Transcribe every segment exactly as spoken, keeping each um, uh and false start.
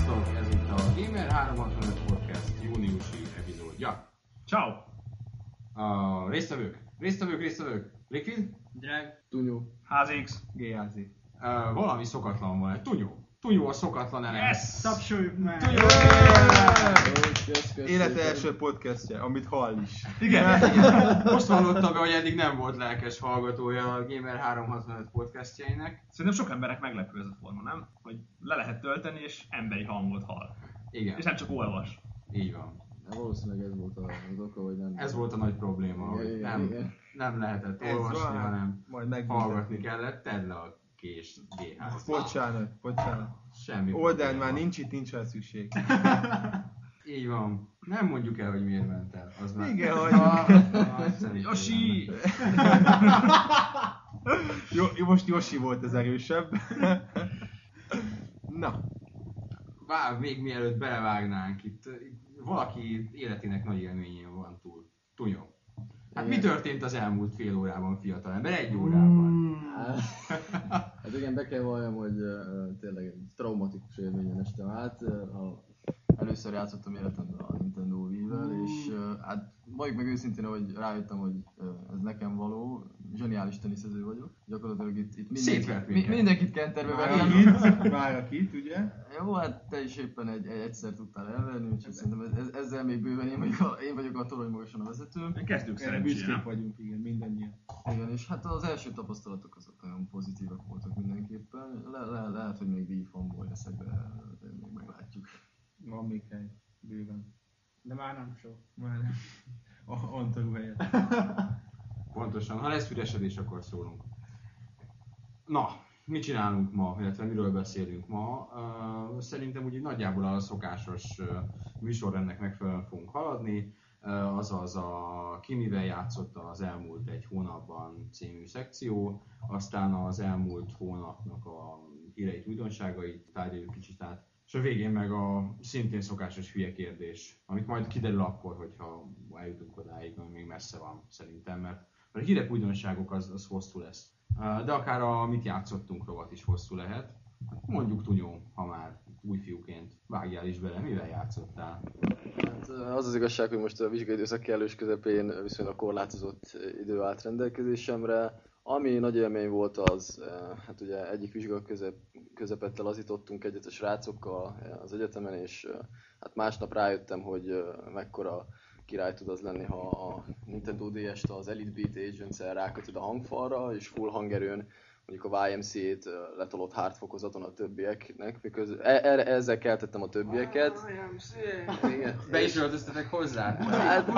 Sziasztok! Ez itt a Gamer háromszázhatvanöt Podcast júniusi epizódja. Ciao! A résztvevők, résztvevők, résztvevők, Liquid, Drag, Tunyó, házix, gé há zé. uh, valami szokatlan van, egy tunyó. Tunyó a szokatlan elem. Yes! tapsoljuk meg! Tunyó! Élete első podcastje, amit hall is. Igen! Most hallotta be, hogy eddig nem volt lelkes hallgatója a Gamer háromszázhatvanöt podcastjeinek. Szerintem sok emberek meglepődött volna, nem? Hogy le lehet tölteni és emberi hangot hall. Igen, És nem csak olvas. így van. Ja, valószínűleg ez volt az oka, hogy nem... Ez volt a nagy probléma, Igen, hogy igen, nem, igen. nem lehetett Ez olvasni, van. hanem Majd megbüntetni. hallgatni kellett. Tedd le a kés gé há zé. Bocsánat, bocsánat. Semmi Oldán probléma. már nincs itt, nincs rá szükség. Így van. Nem mondjuk el, hogy miért ment el. Az már... Igen, hogy... Yoshi! Jó, most Yoshi volt az erősebb. Na. Vár, még mielőtt belevágnánk, itt, itt valaki életének nagy élményén van túl. Tunyó. Hát Igen. mi történt az elmúlt fél órában, fiatalember? Egy órában. Hát igen, be kell valljam, hogy uh, tényleg egy traumatikus élményen estem át. Uh, először játszottam életemben a Nintendo Wii-vel, és uh, hát valljuk meg őszintén, hogy rájöttem, hogy uh, ez nekem való. Zseniális teniszező vagyok. Gyakorlatilag itt, itt Szétvert mindenkit, minket. mi, mindenkit kenterbe Már vertem. akit, már akit, ugye? Jó, hát te is éppen egy, egy egyszer tudtál elverni, úgyhogy szerintem ez, ezzel még bőven én vagyok a, én vagyok a torony magasan a vezető. Kezdjük Erre szerencsére. büszkék vagyunk, igen, mindannyian. Igen, és hát az első tapasztalatok azok nagyon pozitívak voltak mindenképpen. Le, le, lehet, hogy még Wii fanboy leszek, de, de még meglátjuk. Van még hely, bőven. De már nem sok. Már nem. A Antaru helyett. Pontosan. Ha lesz üresedés, akkor szólunk. Na, mit csinálunk ma, illetve miről beszélünk ma? Uh, szerintem úgy nagyjából a szokásos uh, műsorrendnek megfelelően fogunk haladni. Uh, azaz a Ki mivel játszotta az elmúlt egy hónapban című szekció, aztán az elmúlt hónapnak a híreit, újdonságait tárgyaljuk kicsit át, és a végén meg a szintén szokásos hülye kérdés, amit majd kiderül akkor, hogyha eljutunk odáig, ami még messze van szerintem, mert a hírek, újdonságok az, az hosszú lesz. Uh, de akár a mit játszottunk rovat is hosszú lehet. Mondjuk Tunyó, ha már új fiúként vágjál is bele, mivel játszottál? Hát az az igazság, hogy most a vizsgai időszak kellős közepén viszonylag korlátozott idő állt rendelkezésemre. Ami nagy élmény volt az, hát ugye egyik vizsga közep, közepette lazítottunk egyet a srácokkal az egyetemen, és hát másnap rájöttem, hogy mekkora király tud az lenni, ha a Nintendo dé est az Elite Beat Agents-el rákötöd a hangfalra, és full hangerőn mondjuk a Y M C A-t letolott hard fokozaton a többieknek, miközben e- ezzel keltettem a többieket. Igen. Be is öltöztetek hozzá? Hát,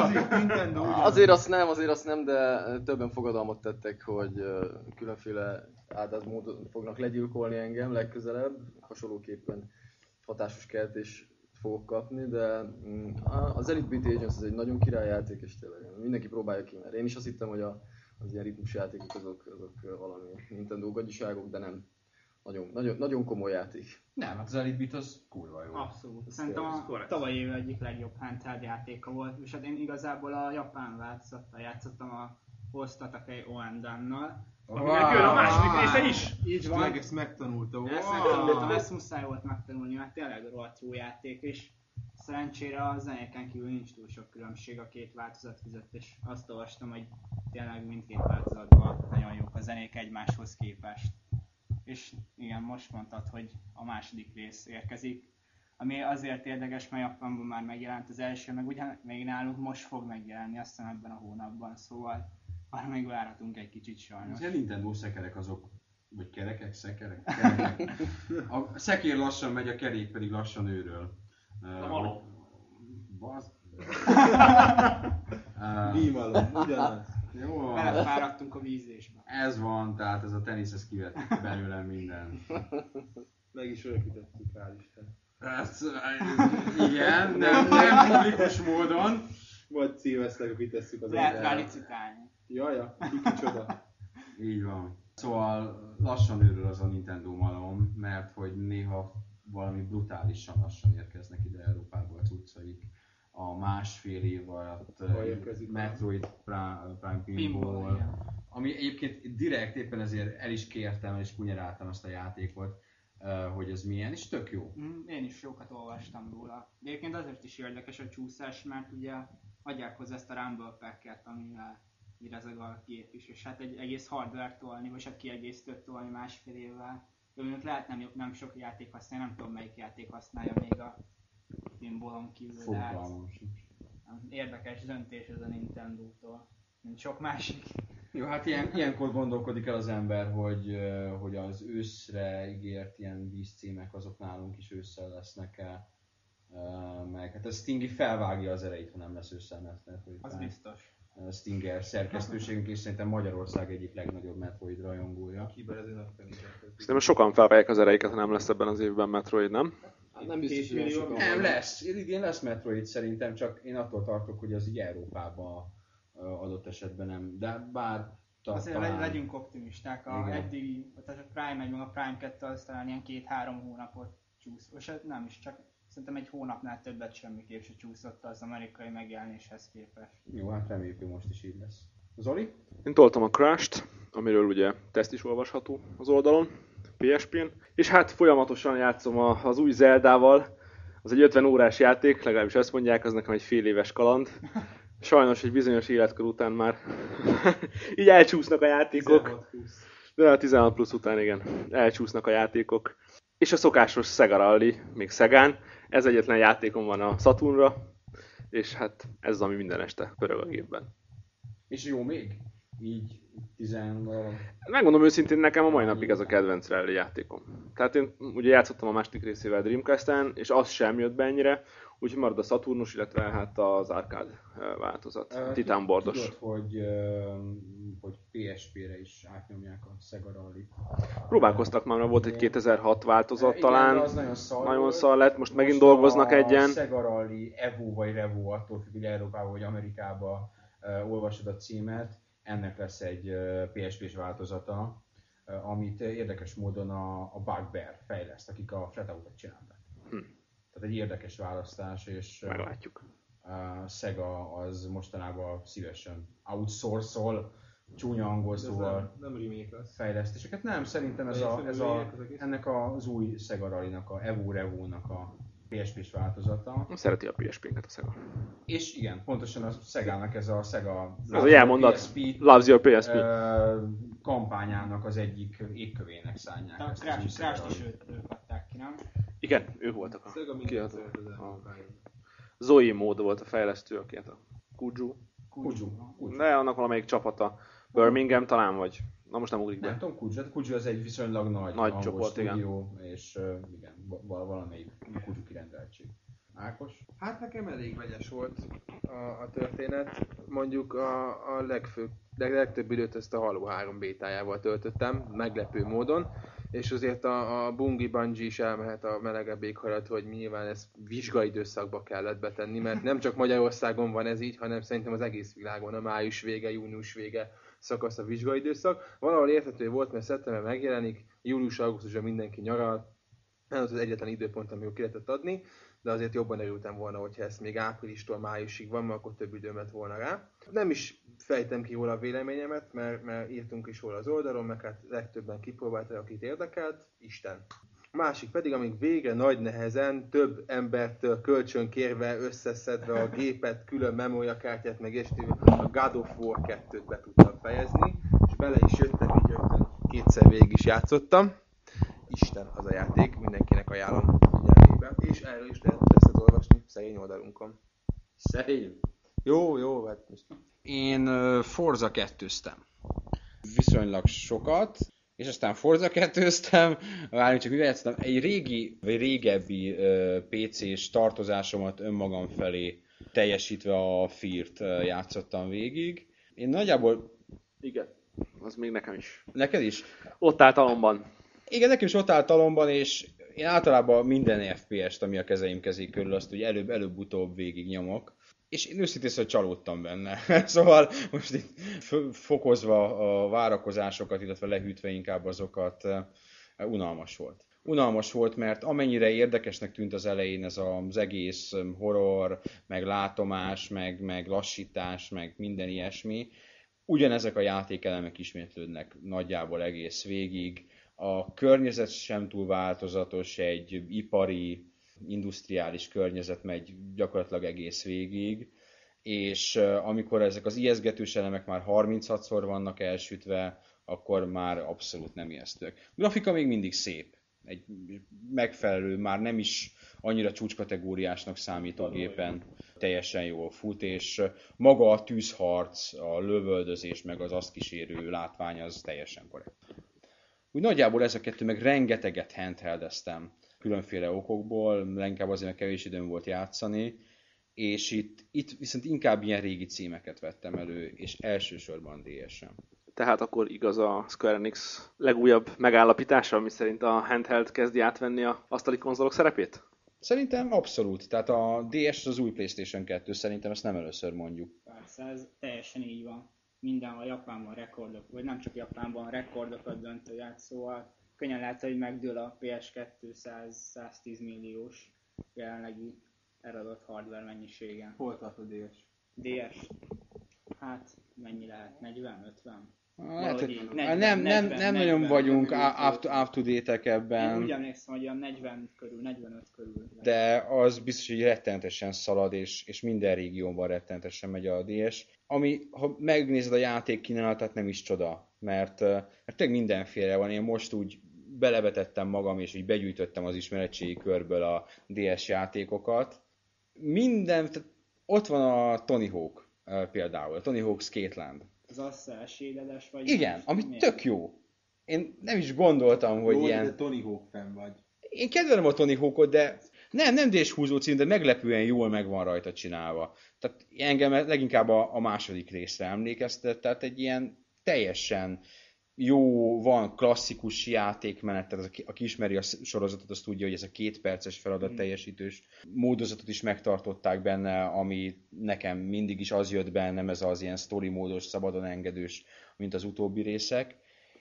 azért azt nem, azért azt nem, de többen fogadalmat tettek, hogy különféle áldás módon fognak legyilkolni engem legközelebb, hasonlóképpen hatásos keltés fogok kapni, de az Elite Beat Agents az egy nagyon királyjáték, és tényleg mindenki próbálja ki, mert én is azt hittem, hogy a, az ilyen ritmusjátékok azok, azok valami Nintendo gagyiságok, de nem. Nagyon, nagyon, nagyon komoly játék. Nem, hát az Elite Beat az kurva jó. Abszolút. Szerintem a tavalyi év egyik legjobb handheld játéka volt, és hát én igazából a japán változattal játszottam a Hostatakei Oendannal. Aminek jön a második része is! Így van. Tényleg ezt megtanulta. Ezt megtanultam, ezt muszáj volt megtanulni, mert tényleg rohadt jó játék, és szerencsére a zenéken kívül nincs túl sok különbség a két változat között, és azt olvastam, hogy tényleg mindkét változatban nagyon jók a zenék egymáshoz képest. És igen, most mondtad, hogy a második rész érkezik, ami azért érdekes, mert Japánban már megjelent az első, meg ugyan még nálunk most fog megjelenni, azt hiszem ebben a hónapban, szóval már még várhatunk egy kicsit sajnos. A Nintendo szekerek azok, vagy kerekek, szekerek? Kerekek. A szekér lassan megy, a kerék pedig lassan őről. A malom. Basz. Bímalom, ugyanaz. Jó van. Belefáradtunk a vízésbe. Ez van, tehát ez a tenisz, ez kivett belőlem minden. Meg is örökítettük, hál' Isten. Ez, igen, nem, nem publikus módon. Vagy szilveszterre kitesszük az Lehet rá emberre. licitálni. Jaja, ki kicsoda. Így van. Szóval lassan őrül az a Nintendo malom, mert hogy néha valami brutálisan lassan érkeznek ide Európába a cuccaik. A másfél év alatt Ha érkezik. Metroid Prime, Prime Pinball, Pinball, igen. ami egyébként direkt éppen ezért el is kértem, és kunyeráltam ezt a játékot. hogy ez milyen, és tök jó. Én is sokat olvastam róla. De egyébként azért is érdekes a csúszás, mert ugye adják hozzá ezt a Rumble Packet, amivel rezeg a gép is, és hát egy egész hardware tolni, vagy hát kiegészítőt tolni másfél évvel. Önök lehet nem, nem sok játék használja, nem tudom melyik játék használja még a pinballon kívül, de hát érdekes döntés ez a Nintendo-tól, mint sok másik. Jó, hát ilyen, ilyenkor gondolkodik el az ember, hogy, hogy az őszre ígért ilyen vízcímek azok nálunk is ősszel lesznek-e, meg hát a Stingy felvágja az erejét, ha nem lesz ősszel Metroid. Az biztos. Stinger szerkesztőségünk, és szerintem Magyarország egyik legnagyobb Metroid rajongója. Kiberezi napfenéket. Szerintem sokan felvágják az ereiket, ha nem lesz ebben az évben Metroid, nem? Hát nem biztos, hogy sokan. Nem, lesz. Idén lesz Metroid szerintem, csak én attól tartok, hogy az így Európában adott esetben nem. De bár azért talán... legyünk optimisták. A eddigi, tehát a Prime egy, meg a Prime kettő az talán ilyen két-három hónapot csúsz. És nem is, csak szerintem egy hónapnál többet semmiképp se csúszott az amerikai megjelenéshez képest. Jó, hát reméljük, hogy most is így lesz. Zoli? Én toltam a Crusht, amiről ugye teszt is olvasható az oldalon, pé es pén. És hát folyamatosan játszom a, az új Zeldával. Az egy ötven órás játék, legalábbis ezt mondják, az nekem egy fél éves kaland. Sajnos egy bizonyos életkor után már így elcsúsznak a játékok. tizenhat plusz. De a tizenhat plusz után igen, elcsúsznak a játékok. És a szokásos Sega Rally, még Szegán. Ez egyetlen játékom van a Saturnra, és hát ez az, ami minden este pörög a gépben. És jó még? Így tizen... Megmondom őszintén, nekem a mai napig ez a kedvenc rally játékom. Tehát én ugye játszottam a második részével Dreamcast-en, és az sem jött be ennyire, úgyhogy marad a Saturnus, illetve hát az arcade változat, uh, Titan boardos. Tudod, hogy, uh, hogy pé es pére is átnyomják a Sega Rally-t. Próbálkoztak már, volt egy kétezer-hat változat igen, talán, az nagyon szar, nagyon szar lett, most, most megint most dolgoznak a egyen. A Sega Rally Evo vagy Revo, attól függ, hogy Európában vagy Amerikában uh, olvasod a címet, ennek lesz egy uh, pé es pés változata, uh, amit érdekes módon a, a Bugbear fejleszt, akik a Flatout csinálták. Hm. Tehát egy érdekes választás, és meglátjuk. A Sega az mostanában szívesen outsource-ol, csúnya angol szóval nem, nem remake lesz. Fejlesztéseket. Nem, szerintem ez a, ez a, ennek az új Sega Rally-nak, a Evo Revo-nak a pé es pés változata. Szereti a pé es pénket a Sega. És igen, pontosan a Segának ez a Sega ez a jelmondat, loves your pé es pé kampányának az egyik égkövének szánják. A Crash-t is ők adták ki, nem? Igen, ők voltak a Sega mindent szeret az elmondani. Zoe mód volt a fejlesztő, aki a Kuju. Kuju. De annak valamelyik csapata. Birmingham talán vagy. Na most nem ugrik be. Nem tudom, Kuju. Kuju az egy viszonylag nagy, nagy csoport, stúdió, igen. És uh, igen, valamelyik Kuju kirendeltség. Ákos? Hát nekem elég vegyes volt a, a történet. Mondjuk a, a legfőbb, leg, legtöbb időt ezt a Halo három bétájával töltöttem, meglepő módon. És azért a, a Bungie Bungie is elmehet a melegebb éghajlat, hogy nyilván ezt vizsgaidőszakba kellett betenni, mert nem csak Magyarországon van ez így, hanem szerintem az egész világon a május vége, június vége szakasz a vizsgaidőszak. Valahol érthető volt, mert szeptember megjelenik, július-augusztusban mindenki nyaral, ez az egyetlen időpont, amikor ki lehetett adni, de azért jobban örültem volna, hogyha ez még áprilistól májusig van, mert akkor több időmet volna rá. Nem is fejtem ki róla a véleményemet, mert, mert írtunk is róla az oldalon, meg hát legtöbben kipróbálták, akit érdekelt, Isten. A másik pedig, amíg végre nagy nehezen, több embertől kölcsönkérve, összeszedve a gépet, külön memóriakártyát, meg és a God of War kettőt be tudtam fejezni, és bele is jöttem, így rögtön kétszer végig is játszottam. Isten az a játék, mindenkinek ajánlom figyelmébe, és erről is lehet ezt olvasni szerény oldalunkon. Szerény? Jó, jó, hát most... Én uh, Forza kettőztem. Viszonylag sokat, és aztán Forza kettőztem, várjunk csak mivel játszottam, egy régi, vagy régebbi uh, pé cés tartozásomat önmagam felé teljesítve a Fear-t uh, játszottam végig. Én nagyjából... Igen, az még nekem is. Neked is? Ott állt talomban. Igen, nekem is ott állt talomban, és én általában minden ef pé est, ami a kezeim kezé körül, azt úgy előbb, előbb-utóbb végig nyomok. És én őszintén szóval csalódtam benne. Szóval most itt fokozva a várakozásokat, illetve lehűtve inkább azokat, unalmas volt. Unalmas volt, mert amennyire érdekesnek tűnt az elején ez az egész horror, meg látomás, meg, meg lassítás, meg minden ilyesmi, ugyanezek a játékelemek ismétlődnek nagyjából egész végig. A környezet sem túl változatos, egy ipari, industriális környezet megy gyakorlatilag egész végig, és amikor ezek az ijesztgetős elemek már harminchatszor vannak elsütve, akkor már abszolút nem ijesztőek. A grafika még mindig szép, egy megfelelő, már nem is annyira csúcskategóriásnak számító gépen teljesen jól fut, és maga a tűzharc, a lövöldözés, meg az azt kísérő látvány az teljesen korrekt. Úgy nagyjából ez a kettő, meg rengeteget handheldeztem különféle okokból, inkább azért, mert kevés időm volt játszani, és itt, itt viszont inkább ilyen régi címeket vettem elő, és elsősorban dé es-en. Tehát akkor igaz a Square Enix legújabb megállapítása, ami szerint a handheld kezdi átvenni a asztali konzolok szerepét? Szerintem abszolút. Tehát a dé es az új PlayStation kettő, szerintem ezt nem először mondjuk. Persze, ez teljesen így van. Mindenhol Japánban rekordok, vagy nem csak Japánban, rekordokat döntő át, szóval könnyen lehet, hogy megdől a pé es kettő száz-száztíz milliós jelenlegi eladott hardware mennyiségen. Hol tart a dé es? dé es? Hát mennyi lehet? negyven ötven? Hát, negyven, nem, nem, nem negyven, nagyon negyven, vagyunk negyven, up-to-date-ek ebben. Én úgy emlékszem, hogy olyan negyven körül, negyvenöt körül. De az biztos, hogy rettenetesen szalad, és, és minden régióban rettenetesen megy a dé es. Ami, ha megnézed a játék kínálatát, nem is csoda, mert, mert tényleg mindenféle van. Én most úgy belevetettem magam, és így begyűjtöttem az ismeretségi körből a dé es játékokat. Minden, tehát ott van a Tony Hawk például, a Tony Hawk's Skateland. Az asszel sédedes vagy? Igen, ami tök jó. Én nem is gondoltam, hogy Jó, ilyen... de Tony Hawk fan vagy. Én kedvelem a Tony Hawkot, de nem, nem dé es húzó cím, de meglepően jól meg van rajta csinálva. Tehát engem leginkább a, a második részre emlékeztet, tehát egy ilyen teljesen jó, van klasszikus játékmenet, tehát aki, aki ismeri a sorozatot, azt tudja, hogy ez a két perces feladat teljesítős módozatot is megtartották benne, ami nekem mindig is az jött bennem, ez az ilyen story módos, szabadon engedős, mint az utóbbi részek.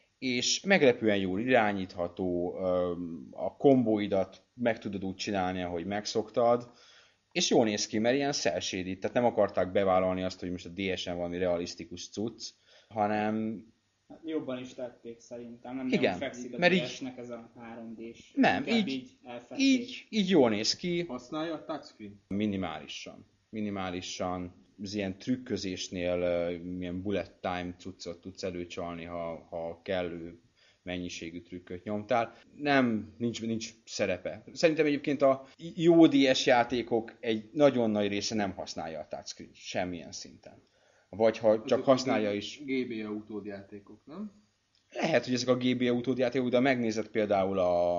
És meglepően jól irányítható, a kombóidat meg tudod úgy csinálni, ahogy megszoktad, és jól néz ki, mert ilyen cel-shaded, tehát nem akarták bevállalni azt, hogy most a dé es-en valami realisztikus cucc, hanem... Jobban is tették szerintem, nem igen, nagyon fekszik a mert dé így... esnek ez a három dés. Nem, így, így, így, így jól néz ki. Használja a touchscreen? Minimálisan. Minimálisan. Az ilyen trükközésnél uh, milyen bullet time cuccot tudsz előcsalni, ha, ha kellő mennyiségű trükköt nyomtál. Nem, nincs, nincs szerepe. Szerintem egyébként a jó dé es játékok egy nagyon nagy része nem használja a touchscreen, semmilyen szinten. Vagy ha csak használja is... gé bé á utódjátékok, nem? Lehet, hogy ezek a gé bé á utódjátékok, de ha megnézed például a,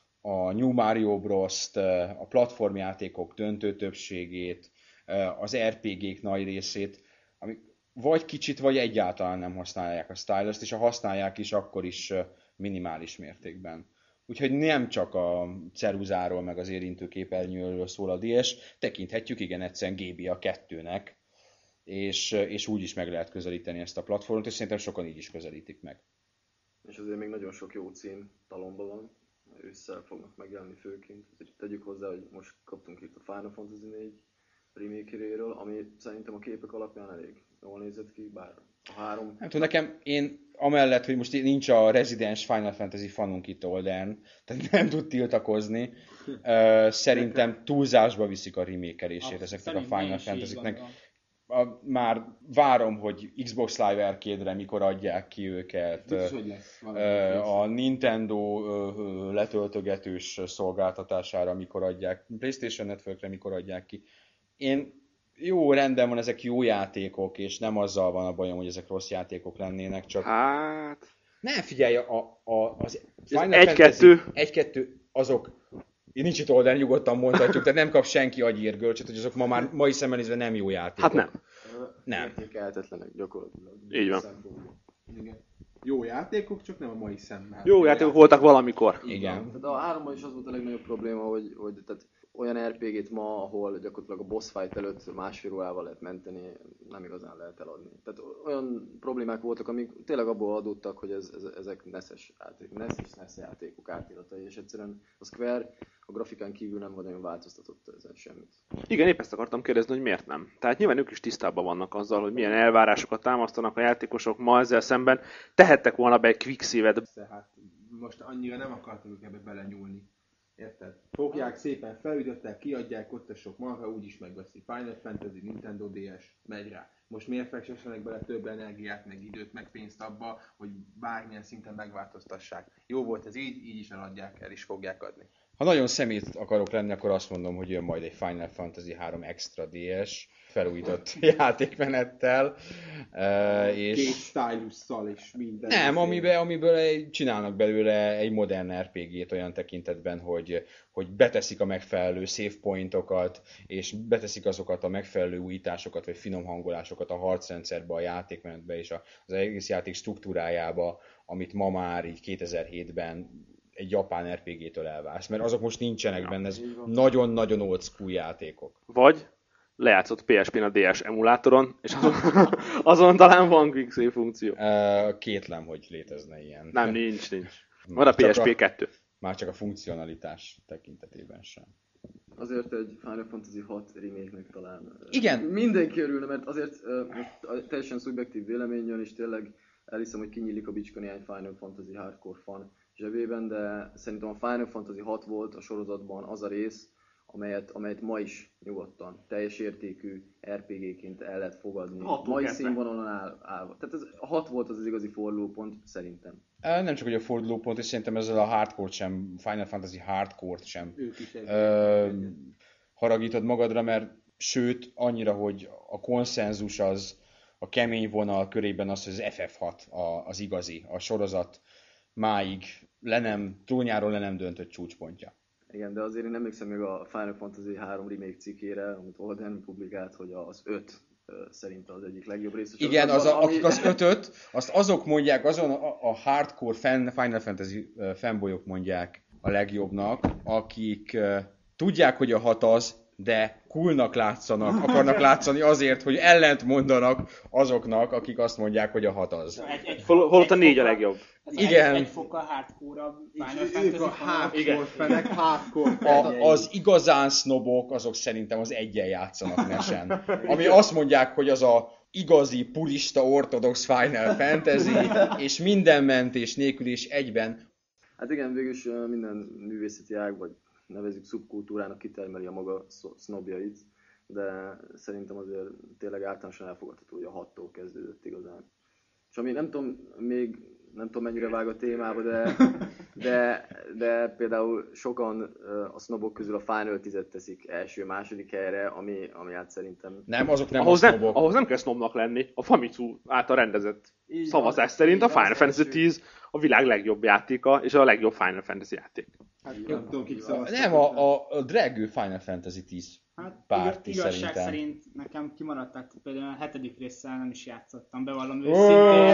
a New Mario Bros-t, a platformjátékok döntő többségét, az er pé gék nagy részét, amik vagy kicsit, vagy egyáltalán nem használják a stylust, és ha használják is, akkor is minimális mértékben. Úgyhogy nem csak a ceruzáról, meg az érintőképernyőről szól a dé es, tekinthetjük igen egyszerűen gé bé á kettőnek, és, és úgy is meg lehet közelíteni ezt a platformot, és szerintem sokan így is közelítik meg. És azért még nagyon sok jó cím talomban van, ősszel fognak megjelenni főként. Azért tegyük hozzá, hogy most kaptunk itt a Final Fantasy négy remake-éről, ami szerintem a képek alapján elég jól nézett ki, bár a három... Nem tudom, nekem én amellett, hogy most nincs a rezidens Final Fantasy fanunk itt Oldern, tehát nem tud tiltakozni, uh, szerintem túlzásba viszik a remake-elését ezeknek a Final Fantasy-knek. A, már várom, hogy Xbox Live Arcade-re mikor adják ki őket. Biztos, hogy lesz a Nintendo letöltögetős szolgáltatására mikor adják, PlayStation Networkre mikor adják ki. Én jó, rendben van, ezek jó játékok, és nem azzal van a bajom, hogy ezek rossz játékok lennének, csak... Hát... Nem, figyelj, a, a, az Final egy-kettő. egy-kettő azok... Én nincs itt oldalán, nyugodtan mondhatjuk, tehát nem kap senki agyírgölcsöt, hogy azok ma már mai szemmel nézve nem jó játékok. Hát nem. Nem. Értékelhetetlenek gyakorlatilag. Így van. Igen. Jó játékok, csak nem a mai szemmel. Jó játékok voltak valamikor. Igen. Tehát a háromban is az volt a legnagyobb probléma, hogy, hogy tehát olyan er pé gét ma, ahol gyakorlatilag a boss fight előtt másfél órával lehet menteni, nem igazán lehet eladni. Tehát olyan problémák voltak, amik tényleg abból adódtak, hogy ez, ez, ezek neszes játékok, neszes nesz játékok átiratai, és egyszerűen a Square a grafikán kívül nem nagyon változtatott ezen semmit. Igen, épp ezt akartam kérdezni, hogy miért nem. Tehát nyilván ők is tisztában vannak azzal, hogy milyen elvárásokat támasztanak a játékosok ma ezzel szemben. Tehettek volna be egy quick save-et. Hát most annyira nem akartak ők ebbe belenyúlni. Érted? Fogják szépen, felütöttek, kiadják, ott a sok marha, úgyis megveszi. Final Fantasy, Nintendo dé es, megy rá. Most miért feksessenek bele több energiát, meg időt, meg pénzt abba, hogy bármilyen szinten megváltoztassák. Jó volt ez így, így is eladják, el is fogják adni. Ha nagyon szemét akarok lenni, akkor azt mondom, hogy jön majd egy Final Fantasy három Extra dé es felújított játékmenettel. Uh, és... Két stylusszal és minden. Nem, amiben, amiből egy, csinálnak belőle egy modern er pé gét olyan tekintetben, hogy, hogy beteszik a megfelelő save pointokat, és beteszik azokat a megfelelő újításokat, vagy finom hangolásokat a harcrendszerbe, a játékmenetbe, és az egész játék struktúrájába, amit ma már így kétezer-hétben egy japán er pé gé-től elválsz, mert azok most nincsenek benne, ez nagyon-nagyon old school játékok. Vagy lejátszott pé es pén a dé es emulátoron, és azon, azon talán van quick save funkció. Uh, kétlem, hogy létezne ilyen. Nem, nincs, nincs. Van a pé es pé kettő. Már csak a funkcionalitás tekintetében sem. Azért egy Final Fantasy hat remake-nek talán Igen. mindenki örülne, mert azért uh, teljesen szubjektív vélemény jön, és tényleg elhiszem, hogy kinyílik a bicska néhány Final Fantasy hardcore fan zsebében, de szerintem a Final Fantasy hat volt a sorozatban az a rész, amelyet, amelyet ma is nyugodtan, teljes értékű er pé gé-ként el lehet fogadni. Mai színvonalon áll, állva. Tehát ez, a hat volt az az igazi fordulópont, szerintem. Nem csak hogy a fordulópont, és szerintem ezzel a hardcore sem, Final Fantasy hardcore sem ö, haragítod magadra, mert sőt, annyira, hogy a konszenzus az a kemény vonal körében az, hogy az ef ef hat a, az igazi, a sorozat máig le nem, trónjáról le nem döntött csúcspontja. Igen, de azért én emlékszem még a Final Fantasy három remake cikkére, amit Olden publikált, hogy az öt szerint az egyik legjobb rész. Igen, az a, akik az ötöt, azt azok mondják, azon a, a hardcore fan, Final Fantasy fanboyok mondják a legjobbnak, akik uh, tudják, hogy a hat az, de coolnak látszanak, akarnak látszani azért, hogy ellent mondanak azoknak, akik azt mondják, hogy a hat az. Egy, egy, Holott a négy a legjobb. Igen. Egy, egy fokkal hardcore-abb Final ők Fantasy a hardcore fenek, hardcore A, az igazán sznobok, azok szerintem az egyen játszanak nesen. Ami azt mondják, hogy az a igazi, purista, ortodox Final Fantasy, és minden mentés nélkül is egyben. Hát igen, végülis minden művészeti ág, vagy nevezzük szubkultúrának kitermeli a maga sznobjait, de szerintem azért tényleg általánosan elfogadható, hogy a hattól kezdődött igazán. És ami nem tudom, még nem tudom mennyire vág a témába, de, de, de például sokan a sznobok közül a Final tízet teszik első-második helyre, ami, ami hát szerintem... Nem, azok nem ahhoz a nem, sznobok. ahhoz nem kell sznobnak lenni. A Famitsu által rendezett Így szavazás van, szerint a így van, Final Fantasy első. tíz a világ legjobb játéka, és a legjobb Final Fantasy játék. Hát nem tudom, kik szavaztak. Nem, a, a, a drágő Final Fantasy tíz Hát párti igaz, igazság szerintem. szerint nekem kimaradtak, például a hetedik résszel nem is játszottam, bevallom Oh! őszintén.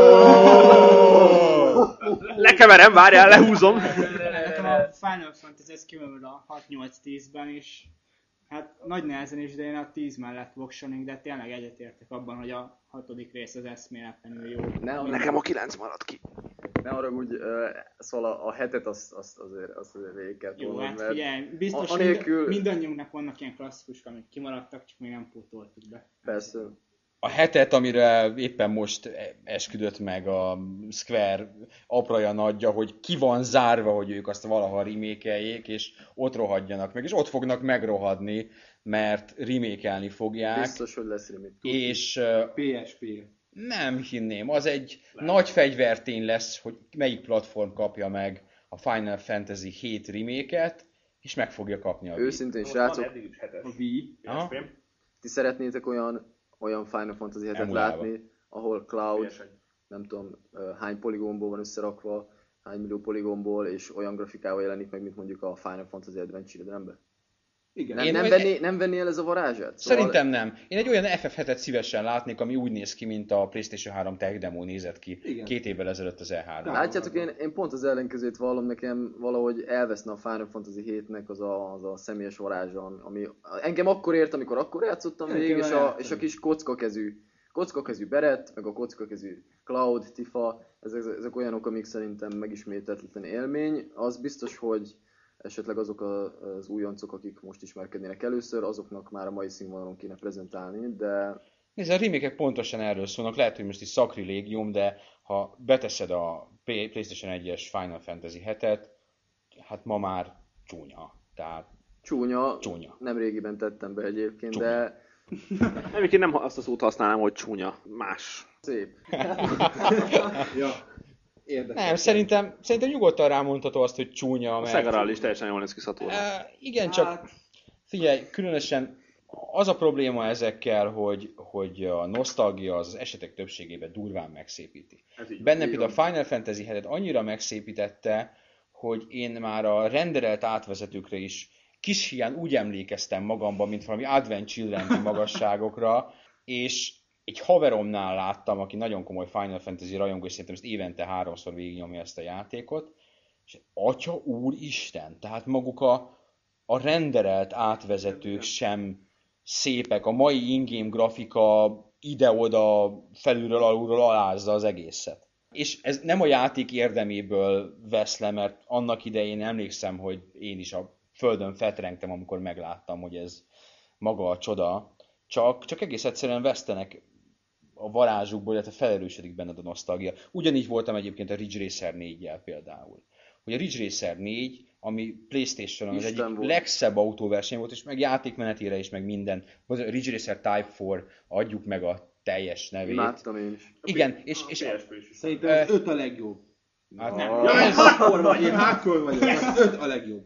Lekeverem, várjál, lehúzom. Nekem a Final Fantasy ez kimerül a hat nyolc tízben is. Hát nagy nehezen is, de én a tíz mellett voksolnék, de tényleg egyetértek abban, hogy a hatodik rész az eszméletlenül jó. Ne, Nekem a kilenc maradt ki. ne haragudj, uh, szóval a, a hetet azt, azt azért, azt azért végig kell Jó, tolnod, hát mert figyelj, biztos a- mind, anélkül- mindannyiunknak vannak ilyen klasszikusok, amik kimaradtak, csak még nem pótoltuk be. persze, A hetet, amire éppen most esküdött meg a Square apraja nagyja, hogy ki van zárva, hogy ők azt valaha remékeljék, és ott rohadjanak meg, és ott fognak megrohadni, mert remékelni fogják, biztos, hogy lesz remake. és uh, pé es pé. nem hinném, az egy nagy fegyvertény lesz, hogy melyik platform kapja meg a Final Fantasy hét remake-et, és meg fogja kapni a Wii. Őszintén, srácok, A Wii. Aha. ti szeretnétek olyan, olyan Final Fantasy hetet Emulálva. látni, ahol Cloud, nem tudom, uh, hány poligónból van összerakva, hány millió poligónból, és olyan grafikával jelenik meg, mint mondjuk a Final Fantasy Advent Childrenbe? Igen. Nem, Én nem, vagy- venné, nem venné el ez a varázsát? Szóval Szerintem nem. Én egy olyan ef ef hetet szívesen látnék, ami úgy néz ki, mint a PlayStation három tech demo nézett ki Igen. két évvel ezelőtt az E három. Látjátok, én, én pont az ellenkezőt vallom, nekem valahogy elveszne a Final Fantasy hétnek az a, az a személyes varázsa, ami engem akkor ért, amikor akkor játszottam Nem végig, kell és a, játszani. és a kis kockakezű, kockakezű Beret, meg a kockakezű Cloud, Tifa, ezek, ezek olyanok, amik szerintem megismételhetetlen élmény. Az biztos, hogy esetleg azok a, az újoncok, akik most ismerkednének először, azoknak már a mai színvonalon kéne prezentálni, de Nézd, a remake pontosan erről szólnak, lehet, hogy most is szakrilégium, de ha beteszed a PlayStation egyes Final Fantasy hetet, hát ma már csúnya. Tehát Csúnya, Csúnya. nem régiben tettem be egyébként, Csúnya. de Nem, én nem azt a szót használnám, hogy csúnya. Más. szép. Ja, érdekes. Nem, szerintem, szerintem nyugodtan rámondható azt, hogy csúnya, A mert... Szegarál is teljesen jól néz ki Saturn. E, igen, csak figyelj, különösen az a probléma ezekkel, hogy, hogy a nosztalgia az, az esetek többségében durván megszépíti. Bennem például a Final Fantasy hetet annyira megszépítette, hogy én már a renderelt átvezetőkre is kis hián úgy emlékeztem magamban, mint valami Advent Children magasságokra, és egy haveromnál láttam, aki nagyon komoly Final Fantasy rajongó, és szerintem ezt évente háromszor végignyomja ezt a játékot, és atya úristen, tehát maguk a, a renderelt átvezetők sem szépek, a mai in-game grafika ide-oda, felülről, alulról alázza az egészet. És ez nem a játék érdeméből vesz le, mert annak idején emlékszem, hogy én is a földön fetrengtem, amikor megláttam, hogy ez maga a csoda. Csak, csak egész egyszerűen vesztenek a varázsukból, illetve felerősödik benned a nosztalgia. Ugyanígy voltam egyébként a Ridge Racer néggyel például. Hogy a Ridge Racer négy, ami PlayStation-on az Isten egyik volt. legszebb autóverseny volt, és meg játékmenetére is, meg minden. A Ridge Racer Type négy, adjuk meg a teljes nevét. Imádtam én is. Igen, és... és Szerintem az öt a legjobb. hát nem. Ja, ez hardcore vagy, én hardcore vagyok, az öt a legjobb.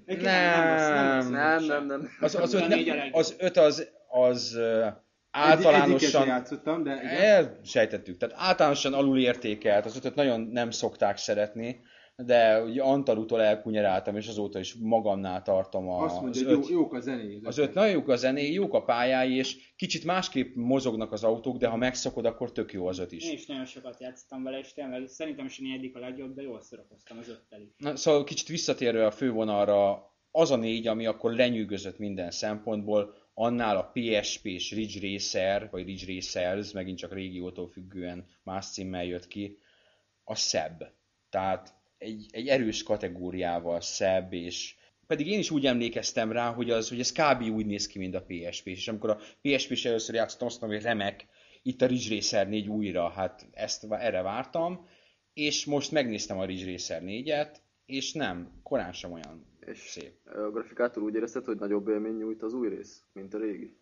Nem. Nem, nem, nem. Az, az, A öt, négy a nem, legjobb. az öt az, az uh, Eddig- általánosan... Egyiket sem játszottam, de igen. Elsejtettük. Tehát általánosan alulértékelt, az ötöt nagyon nem szokták szeretni, de ugye Antalutól elkunyeráltam, és azóta is magamnál tartom a, Azt mondja, az hogy öt. jó, jók a zenék. Az öt nagyon jók a zené, jók a pályái, és kicsit másképp mozognak az autók, de ha megszakod, akkor tök jó az öt Én is. is nagyon sokat játszottam vele, és tényleg szerintem is a negyedik a legjobb, de jól szórakoztam az öttel is. Na, szóval kicsit visszatérve a fővonalra, az a négy, ami akkor lenyűgözött minden szempontból, annál a pé es pés Ridge Racer, vagy Ridge Racers, megint csak régiótól függően más címmel jött ki, a szebb. Tehát egy, egy erős kategóriával szebb, és pedig én is úgy emlékeztem rá, hogy, az, hogy ez kb. Úgy néz ki, mint a pé es pés. És amikor a pé es pés először játszottam, azt mondom, hogy remek, itt a Ridge Racer négy újra, hát ezt, erre vártam, és most megnéztem a Ridge Racer négyet, és nem, korán sem olyan És szép. a grafikától úgy érezted, hogy nagyobb élmény nyújt az új rész, mint a régi?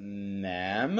Nem.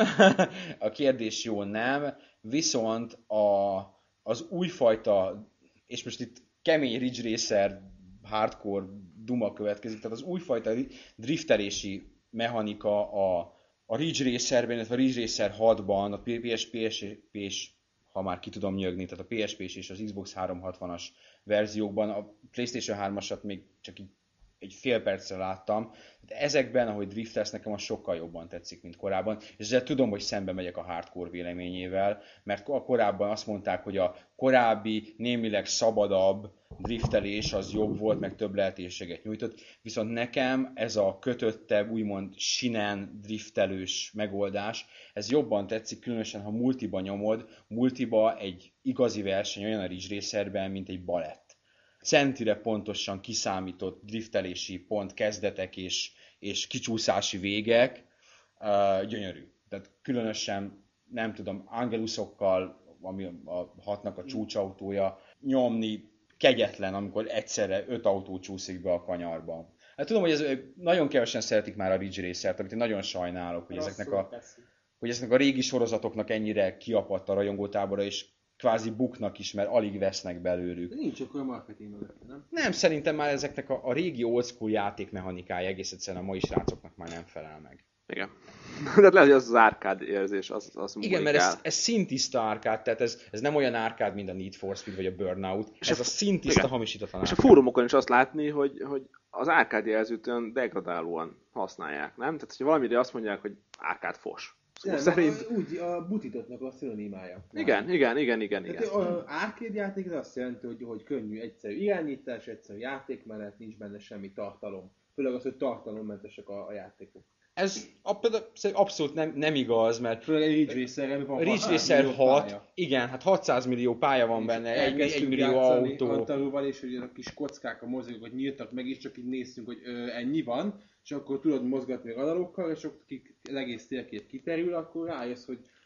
A kérdés jó, nem. Viszont a, az újfajta, és most itt kemény Ridge Racer hardcore duma következik, tehát az újfajta driftelési mechanika a, a Ridge Racerben, illetve a Ridge Racer hatban, a pé es pés, ha már ki tudom nyögni, tehát a pé es pés és az Xbox háromszázhatvanas verziókban, a PlayStation hármasat még csak így egy fél percre láttam. Ezekben, ahogy driftesz, nekem az sokkal jobban tetszik, mint korábban. És ezzel tudom, hogy szembe megyek a hardcore véleményével, mert a korábban azt mondták, hogy a korábbi, némileg szabadabb driftelés az jobb volt, meg több lehetőséget nyújtott. Viszont nekem ez a kötöttebb, úgymond sinen driftelős megoldás, ez jobban tetszik, különösen ha multiba nyomod. Multiba egy igazi verseny olyan a Ridge Racerben, mint egy balett. Centire pontosan kiszámított driftelési pont kezdetek és, és kicsúszási végek, uh, gyönyörű. Tehát különösen, nem tudom, Angelusokkal, ami a hatnak a csúcsautója, nyomni kegyetlen, amikor egyszerre öt autó csúszik be a kanyarba. Hát tudom, hogy ez, nagyon kevesen szeretik már a Ridge Racert, amit én nagyon sajnálok, hogy ezeknek, a, hogy ezeknek a régi sorozatoknak ennyire kiapadt a rajongótábora, és kvázi buknak is, mert alig vesznek belőlük. Nincs csak olyan marketing mögött, nem? Nem, szerintem már ezeknek a, a régi old school játékmechanikája egész egyszerűen a mai srácoknak már nem felel meg. Igen. De lehet, hogy az az árkád érzés, az, az Igen, mert ez, ez szintiszta árkád, tehát ez, ez nem olyan árkád, mint a Need for Speed vagy a Burnout, és ez a, a szintiszta hamisítatlan És a árkád. fórumokon is azt látni, hogy, hogy az árkád jelzőt olyan degradálóan használják, nem? Tehát, hogy valamire azt mondják, hogy árkád fos. Szóval Nem, szerint... úgy a butitotnak a szinonimája. Igen, igen, igen, igen, igen. Tehát az arcade játék az azt jelenti, hogy, hogy könnyű, egyszerű irányítás, egyszerű játékmenet, nincs benne semmi tartalom. Főleg az, hogy tartalommentesek a, a játékok. Ez a, például abszolút nem, nem igaz, mert Főleg egy Ridge Racer, ami van a Ridge hatszáz Racer millió hat, pálya. igen, hát hatszáz millió pálya van benne, egy, egy Elkezdtünk millió játszani autó. Antalóval, és hogy a kis kockák, a mozgók nyíltak meg, és csak így néztünk, hogy ö, ennyi van, és akkor tudod mozgatni a radalokkal, és akkor kik, az egész térkép kiterül, akkor rájössz, hogy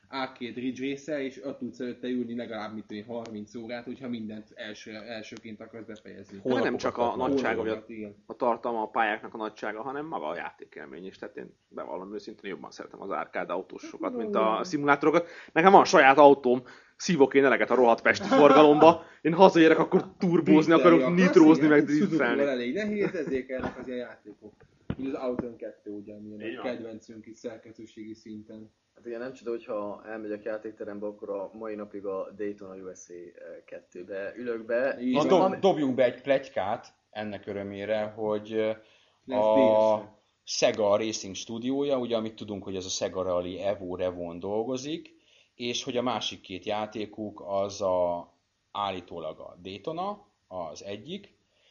arcade Ridge Racer, és ott tudsz előtte ülni legalább mit tudom, harminc órát, hogyha mindent első, elsőként akarsz befejezni. Hát nem csak a nagysága, vagy a, igen. a tartalma, a pályáknak a nagysága, hanem maga a játékélmény is. Tehát én bevallom őszintén jobban szeretem az arcade autósokat, mint a szimulátorokat. Nekem van saját autóm, szívok én eleget a rohadt pesti forgalomba, én hazaérek, akkor turbózni akarok, nitrózni, meg driftelni. elég nehéz, ezért kellnek az ilyen játékok. Mint az Outrun kettő, ugye, ami a kedvencünk itt szerkesztőségi szinten. Hát igen, nem csoda, hogyha elmegyek játékterembe, akkor a mai napig a Daytona u es á kettőbe ülök be. Na, dob, dobjunk be egy pletykát ennek örömére, hogy a Sega Racing stúdiója, ugye amit tudunk, hogy ez a Sega Rally Evo Revon dolgozik, és hogy a másik két játékuk az a, állítólag a Daytona, az egyik,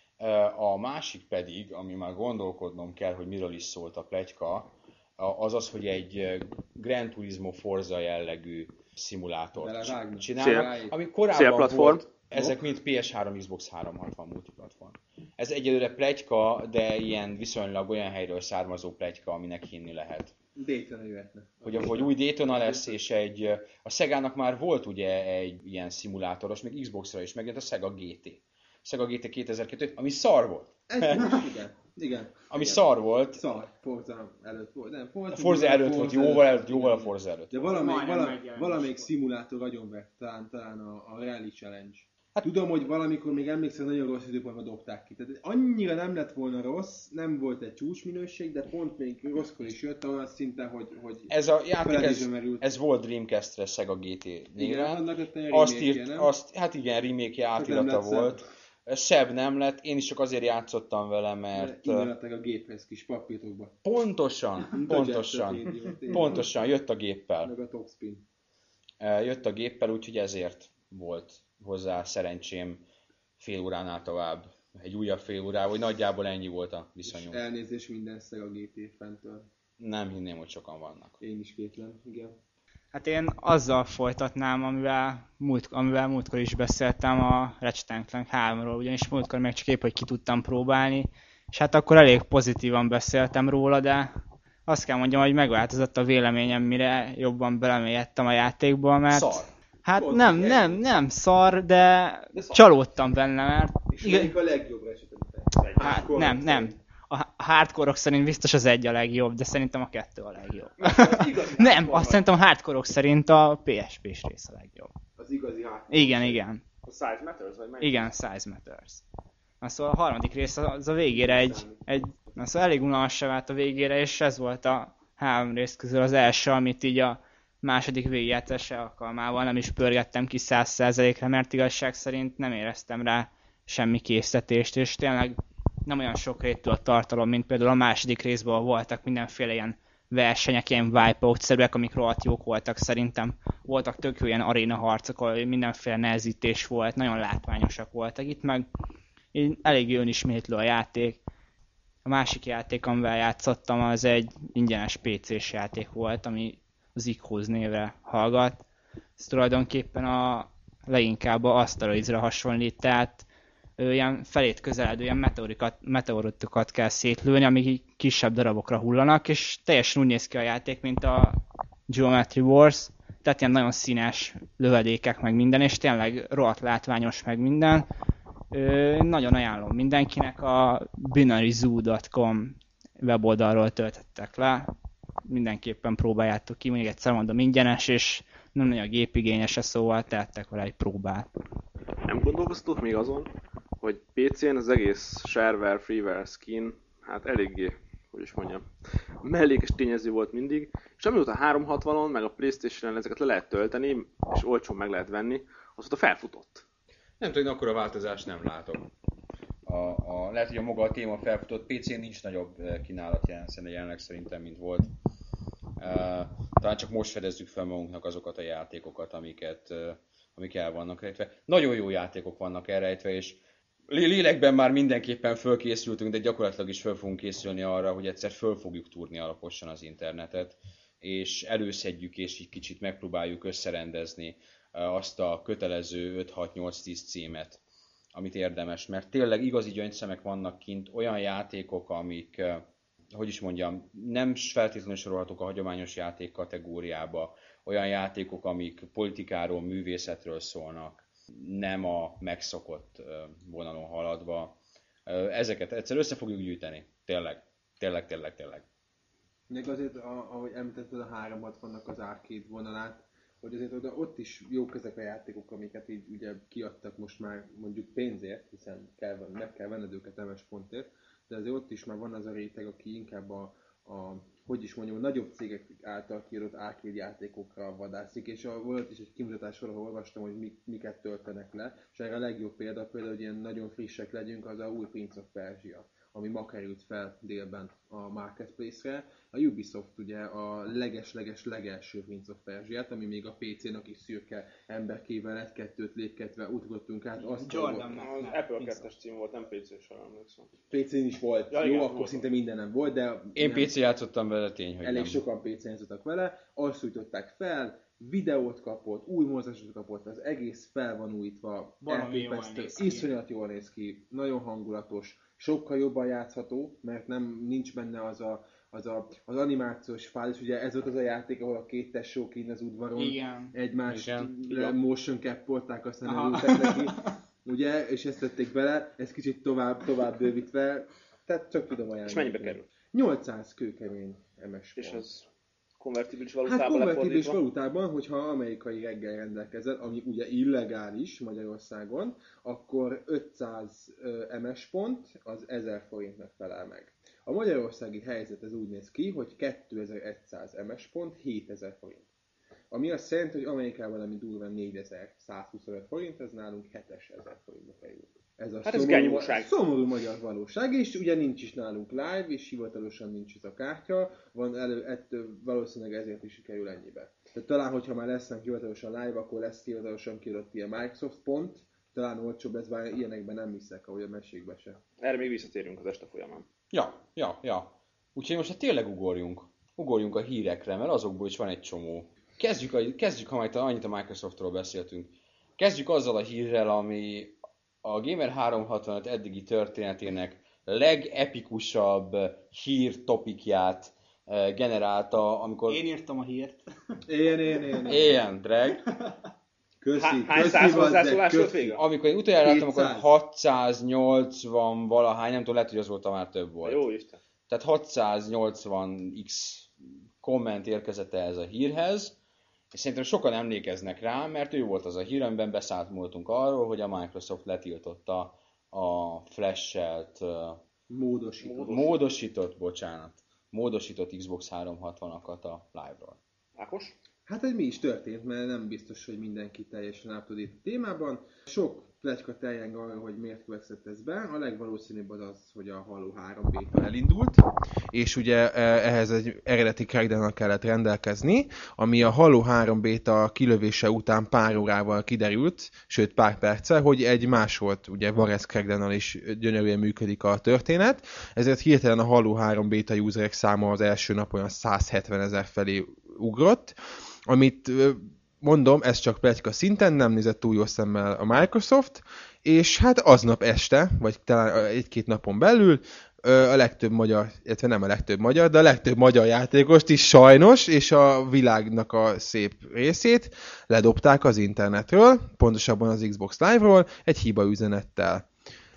a másik pedig, ami már gondolkodnom kell, hogy miről is szólt a pletyka, az az, hogy egy Gran Turismo Forza jellegű szimulátort csinál, ami korábban volt, ezek mind pé es három, Xbox háromszázhatvan multiplatform. Ez egyelőre pletyka, de ilyen viszonylag olyan helyről származó pletyka, aminek hinni lehet. Daytona jöhetne. Hogy, hogy új Daytona lesz, és egy, a Segának már volt ugye egy ilyen szimulátoros, még Xboxra is megjelent a Sega gé té. Sega gé té kétezer-kettő, ami szar volt. Ez, igen, igen. Ami igen. szar volt. Szar, Forza előtt volt. Nem, Forza, a Forza előtt volt, jóval, előtt, jóval a Forza előtt. De valamelyik, valamelyik, valamelyik szimulátor agyonvert, talán, talán a, a Rally Challenge. Hát, tudom, hogy valamikor még emlékszem, nagyon rossz időpontban dobták ki. Tehát annyira nem lett volna rossz, nem volt egy csúcsminőség, de pont még rosszkor is jött olyan szinten, hogy, hogy ez a játék, ez, ez volt Dreamcast-re Sega gé té néven. Azt írt, azt, hát igen, remake átirata volt. Szebb. Szebb nem lett, én is csak azért játszottam vele, mert... Indultak a géphez kis papírokba. Pontosan, pontosan, pontosan, jött a géppel. Meg a topspin. Jött a géppel, úgyhogy ezért volt hozzá szerencsém fél óránál tovább, egy újabb fél órával, hogy nagyjából ennyi volt a viszonyunk. És elnézés minden Sega gé té fentől. Nem hinném, hogy sokan vannak. Én is kétlem, igen. Hát én azzal folytatnám, amivel, múlt, amivel múltkor is beszéltem a Ratchet and Clank háromról, ugyanis múltkor meg csak épp, hogy ki tudtam próbálni, és hát akkor elég pozitívan beszéltem róla, de azt kell mondjam, hogy megváltozott a véleményem, mire jobban belemélyedtem a játékba, mert... Szar. Hát Pont nem, nem, nem szar, de, de szar. Csalódtam benne, mert... És igen, a legjobb Ratchet and Clank? Hát nem, nem. A hardcore-ok szerint biztos az egy a legjobb, de szerintem a kettő a legjobb. Nem, azt szerintem a hardcore-ok szerint a pé es pés rész a legjobb. Az igazi hardcore. Igen, igen. A Size Matters, vagy melyik? Igen, Size Matters. Na, szóval a harmadik rész az a végére egy, egy na, szóval elég unalmassá vált a végére, és ez volt a három rész közül az első, amit így a második végigjátszása alkalmával nem is pörgettem ki száz százalékra, mert igazság szerint nem éreztem rá semmi készítést, és tényleg nem olyan sok rétű a tartalom, mint például a második részben voltak mindenféle ilyen versenyek, ilyen wipeout-szerűek, amik rohadt jók voltak szerintem. Voltak tök jó ilyen aréna harcok, ahol mindenféle nehezítés volt, nagyon látványosak voltak itt, meg így elég önismétlő a játék. A másik játék, amivel játszottam, az egy ingyenes pé cés játék volt, ami az Ichthus névre hallgat. Ez tulajdonképpen a leginkább a Asteroidsra hasonlít, tehát ilyen felét közeledő ilyen meteorikat, meteoritokat kell szétlőni, amik kisebb darabokra hullanak, és teljesen úgy néz ki a játék, mint a Geometry Wars, tehát ilyen nagyon színes lövedékek meg minden, és tényleg rohadt látványos meg minden. Ö, nagyon ajánlom mindenkinek, a binary zoo dot com weboldalról töltettek le, mindenképpen próbáljátok ki, még egyszer mondom, ingyenes, és nem nagyon gépigényes, szóval tehettek vele egy próbát. Nem gondolkoztok még azon, hogy pé cén az egész shareware, freeware skin, hát eléggé, hogy is mondjam, mellékes tényező volt mindig, és amióta háromszázhatvanon, meg a PlayStation-en ezeket le lehet tölteni, és olcsón meg lehet venni, azóta felfutott. Nem tudom, én akkora változást nem látok. A, a, lehet, hogy a maga a téma felfutott, pé cén nincs nagyobb kínálat jelenleg szerintem, mint volt. Uh, talán csak most fedezzük fel magunknak azokat a játékokat, amiket, uh, amik el vannak rejtve. Nagyon jó játékok vannak elrejtve, és lélekben már mindenképpen fölkészültünk, de gyakorlatilag is föl fogunk készülni arra, hogy egyszer föl fogjuk túrni alaposan az internetet, és előszedjük, és így kicsit megpróbáljuk összerendezni uh, azt a kötelező öt hat nyolc tíz címet, amit érdemes, mert tényleg igazi gyöngyszemek vannak kint, olyan játékok, amik uh, hogy is mondjam, nem feltétlenül sorolhatók a hagyományos játék kategóriába. Olyan játékok, amik politikáról, művészetről szólnak, nem a megszokott vonalon haladva. Ezeket egyszer össze fogjuk gyűjteni. Tényleg. Tényleg, tényleg, tényleg. Még azért, ahogy említetted a háromszázhatvannak az arcade vonalát, hogy azért oda, ott is jók ezek a játékok, amiket így ugye kiadtak most már mondjuk pénzért, hiszen kell, meg kell venned őket em es pontért, de azért ott is már van az a réteg, aki inkább a, a hogy is mondjam, a nagyobb cégek által kiadott arcade játékokra vadászik, és a, volt is egy kimutatásról, ahol olvastam, hogy mik, miket töltenek le, és erre a legjobb példa, például, hogy ilyen nagyon frissek legyünk, az a új Prince of Persia, ami ma került fel délben a Marketplace-re. A Ubisoft ugye a leges-leges-legelső Prince of Persia-t, ami még a pé cén a kis szürke emberkével egy-kettőt lépkedve ugrottunk át. Azt Jordan Az Apple kettes cím volt, nem pé cés-sel emlékszem. pé cén is volt, Ja, jó, igen, akkor volt. szinte mindenem volt, de Én nem. pé cé játszottam vele, tény, hogy Elég nem. sokan pé cén játszottak vele, azt újtották fel, videót kapott, új mozgásokat kapott, az egész fel van újítva, Valami jól elképesztő, néz ki. iszonyat jól néz ki, nagyon hangulatos, sokkal jobban játszható, mert nem nincs benne az a, az, a, az animációs fáj, és ugye ez volt az a játék, ahol a két tesó kint az udvaron Igen. egymást Igen. le- motion cap-olták, aztán Aha. elültek neki, ugye, és ezt tették bele, ez kicsit tovább, tovább bővítve, tehát csak tudom ajánlani. És mennyibe kerül? nyolcszáz kőkemény em es És pont. az konvertibilis Hát valutában konvertibilis lefordítva? valutában, hogyha amerikai reggel rendelkezel, ami ugye illegális Magyarországon, akkor ötszáz em es pont az ezer forintnak felel meg. A magyarországi helyzet ez úgy néz ki, hogy kétezer-száz em es pont hétezer forint. Ami azt jelenti, hogy Amerikában ami durván négyezer-százhuszonöt forint, ez nálunk hétezer forintba kerül. Ez a Hát ez szomorú, genyóság. szomorú magyar valóság, és ugye nincs is nálunk live, és hivatalosan nincs ez a kártya, van elő, ettől valószínűleg ezért is kerül ennyibe. Tehát talán, hogyha már lesz hivatalosan live, akkor lesz hivatalosan kiadott ilyen Microsoft pont, talán olcsóbb ez, bár ilyenekben nem hiszek, ahogy a mesékbe se. Erre még visszatérünk az este folyamán. Ja, ja, ja. Úgyhogy most hát tényleg ugorjunk. Ugorjunk a hírekre, mert azokból is van egy csomó. Kezdjük, a, kezdjük ha majd annyit a Microsoftról beszéltünk. Kezdjük azzal a hírrel, ami a Gamer háromszázhatvanöt eddigi történetének legepikusabb hír topikját eh, generálta, amikor... Én írtam a hírt. Én, én, én, én. Ilyen, drag. Köszi, Há- hány köszi, száz bazzeg, hozzászólás volt köszi. vége? Amikor én utoljára láttam, akkor kétszáz. hatszáznyolcvan valahány, nem tudom, lehet, hogy azóta már több volt. Jó Isten. Tehát hatszáznyolcvan x komment érkezett ez a hírhez, és szerintem sokan emlékeznek rá, mert ő volt az a hír, amiben beszámoltunk arról, hogy a Microsoft letiltotta a flash-elt, uh, Módosító. módosított, bocsánat, módosított Xbox háromszázhatvanakat a live-ról. Ákos? Hát, hogy mi is történt, mert nem biztos, hogy mindenki teljesen up to date a témában. Sok pletyka terjeng arra, hogy miért következett ez be. A legvalószínűbb az az, hogy a Halo három béta elindult, és ugye ehhez egy eredeti crackdown-nal kellett rendelkezni, ami a Halo három béta kilövése után pár órával kiderült, sőt pár perccel, hogy egy másolt, ugye Varez crackdown-nal is gyönyörűen működik a történet, ezért hirtelen a Halo három béta userek száma az első nap olyan százhetven ezer felé ugrott, amit mondom, ez csak pletyka szinten, nem nézett túl jó szemmel a Microsoft, és hát aznap este, vagy talán egy-két napon belül a legtöbb magyar, illetve nem a legtöbb magyar, de a legtöbb magyar játékost is sajnos, és a világnak a szép részét ledobták az internetről, pontosabban az Xbox Live-ról, egy hiba üzenettel.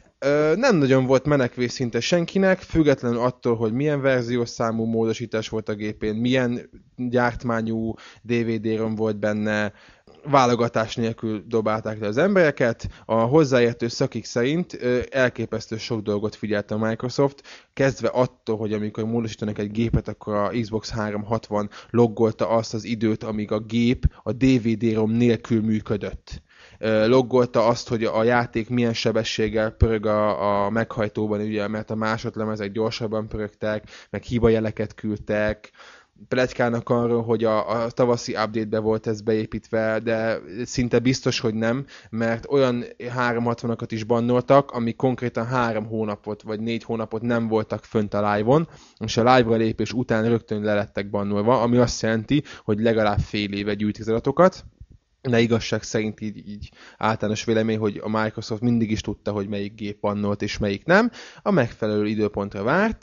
Nem nagyon volt menekvés szinte senkinek, függetlenül attól, hogy milyen verziós számú módosítás volt a gépén, milyen gyártmányú dé vé dé-rom volt benne, válogatás nélkül dobálták le az embereket. A hozzáértő szakik szerint elképesztő sok dolgot figyelt a Microsoft, kezdve attól, hogy amikor módosítanak egy gépet, akkor a Xbox háromszázhatvan loggolta azt az időt, amíg a gép a dé vé dé-rom nélkül működött. Loggolta azt, hogy a játék milyen sebességgel pörög a, a meghajtóban, ugye, mert a másodlemezek gyorsabban pörögtek, meg hibajeleket küldtek, pletykának arról, hogy a, a tavaszi update-be volt ez beépítve, de szinte biztos, hogy nem, mert olyan háromszázhatvanakat is bannoltak, ami konkrétan három hónapot vagy négy hónapot nem voltak fönt a live-on, és a live-ra lépés után rögtön lelettek bannolva, ami azt jelenti, hogy legalább fél éve gyűjtik az adatokat, de igazság szerint így, így általános vélemény, hogy a Microsoft mindig is tudta, hogy melyik gép bannolt és melyik nem, a megfelelő időpontra várt,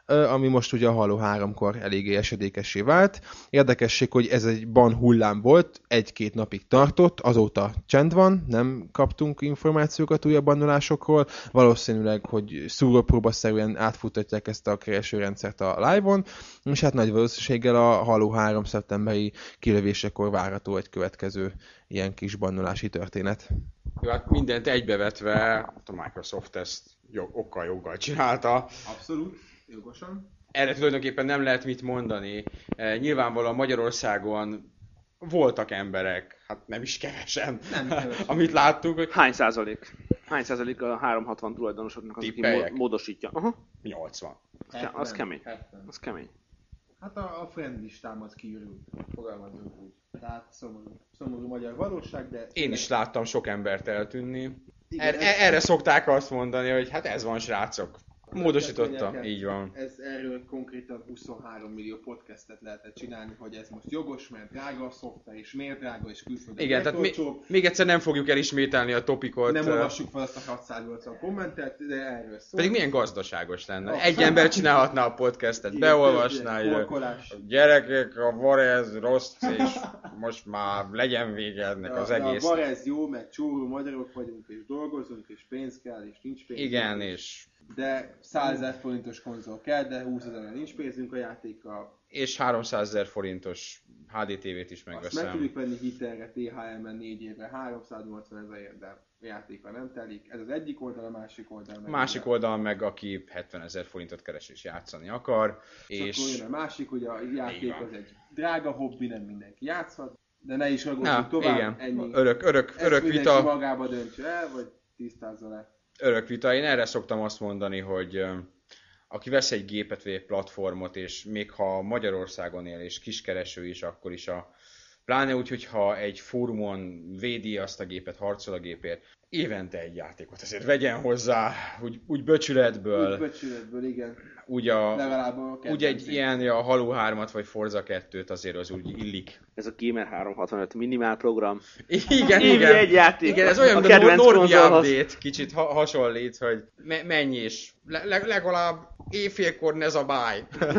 ami most ugye a Halo háromkor eléggé esedékessé vált. Érdekesség, hogy ez egy ban hullám volt, egy-két napig tartott, azóta csend van, nem kaptunk információkat újabb bannolásokról, valószínűleg, hogy szúrópróbaszerűen átfutatják ezt a keresőrendszert a live-on, és hát nagy valószínűséggel a Halo három szeptemberi kilövésekor várható egy következő ilyen kis bannolási történet. Jó, hát mindent egybevetve a Microsoft ezt jog, okkal joggal csinálta. Abszolút, jogosan. Erre tulajdonképpen nem lehet mit mondani. E, nyilvánvalóan Magyarországon voltak emberek, hát nem is kevesen, Nem kevesen. amit láttuk, hogy Hány százalék? Hány százalék a háromszázhatvan tulajdonosoknak az, aki Tippeljek. mo- módosítja? Aha. nyolcvan. Ke- az kemény. hetven. Az kemény. Hát a, a friend listám az kiürült, fogalmazunk úgy. Tehát szomorú, szomorú magyar valóság, de... Én is láttam sok embert eltűnni. Igen, Er, ez- erre szokták azt mondani, hogy hát ez van, srácok. Módosította, Rendezvényeken így van. Ez, erről konkrétan huszonhárom millió podcastet lehetett csinálni, hogy ez most jogos, mert drága a szoftver, és miért drága, és külföldön Igen, tehát mi, olcsóbb. még egyszer nem fogjuk elismételni a topikot. Nem ö, olvassuk fel azt a hatszáznyolcvan kommentet, de erről szól. Pedig milyen gazdaságos lenne. Ah. Egy ember csinálhatná a podcastet, Igen, beolvasná, tényleg, hogy kolkolás. gyerekek, a Varez rossz, és most már legyen vége ennek De- az de egész. A Varez jó, meg csóró magyarok vagyunk, és dolgozunk, és pénz kell, és nincs pénz. Igen, és, De százezer forintos konzol kell, de húszezerre nincs pénzünk a játékkal. és háromszázezer forintos há dé té vét is Azt meg megveszem. tudjuk venni hitelre, té há em-en négy évre, háromszáznyolcvan ezerért, de a játéka nem telik. Ez az egyik oldal, a másik oldal. A meg másik ugye- oldalon meg, aki hetvenezer forintot keres és játszani akar, És akkor és jön a másik, hogy a Így játék van. az egy drága hobbi, nem mindenki játszhat. De ne is na, ragozunk tovább, igen, ennyi. örök, örök, Ezt örök mindenki vita. magába döntse el, vagy tisztázza le. Örök vita. Én erre szoktam azt mondani, hogy ö, aki vesz egy gépet vagy egy platformot, és még ha Magyarországon él és kiskereső is, akkor is a pláne úgy, hogyha egy fórumon védi azt a gépet, harcol a gépért, évente egy játékot azért vegyen hozzá, úgy, úgy böcsületből, Úgy becsületből, igen. úgy, a, Legalább a úgy egy kedvencét. ilyen a Halo hármat vagy Forza kettőt azért az úgy illik. Ez a Gamer háromszázhatvanöt minimál program. Igen, Évi igen. egy játék. Igen, ez olyan, A mint a kedvenc Norbi konzolhoz. update, kicsit ha- hasonlít, hogy me- mennyi is. Le- le- legalább éjfélkor ne zabálj.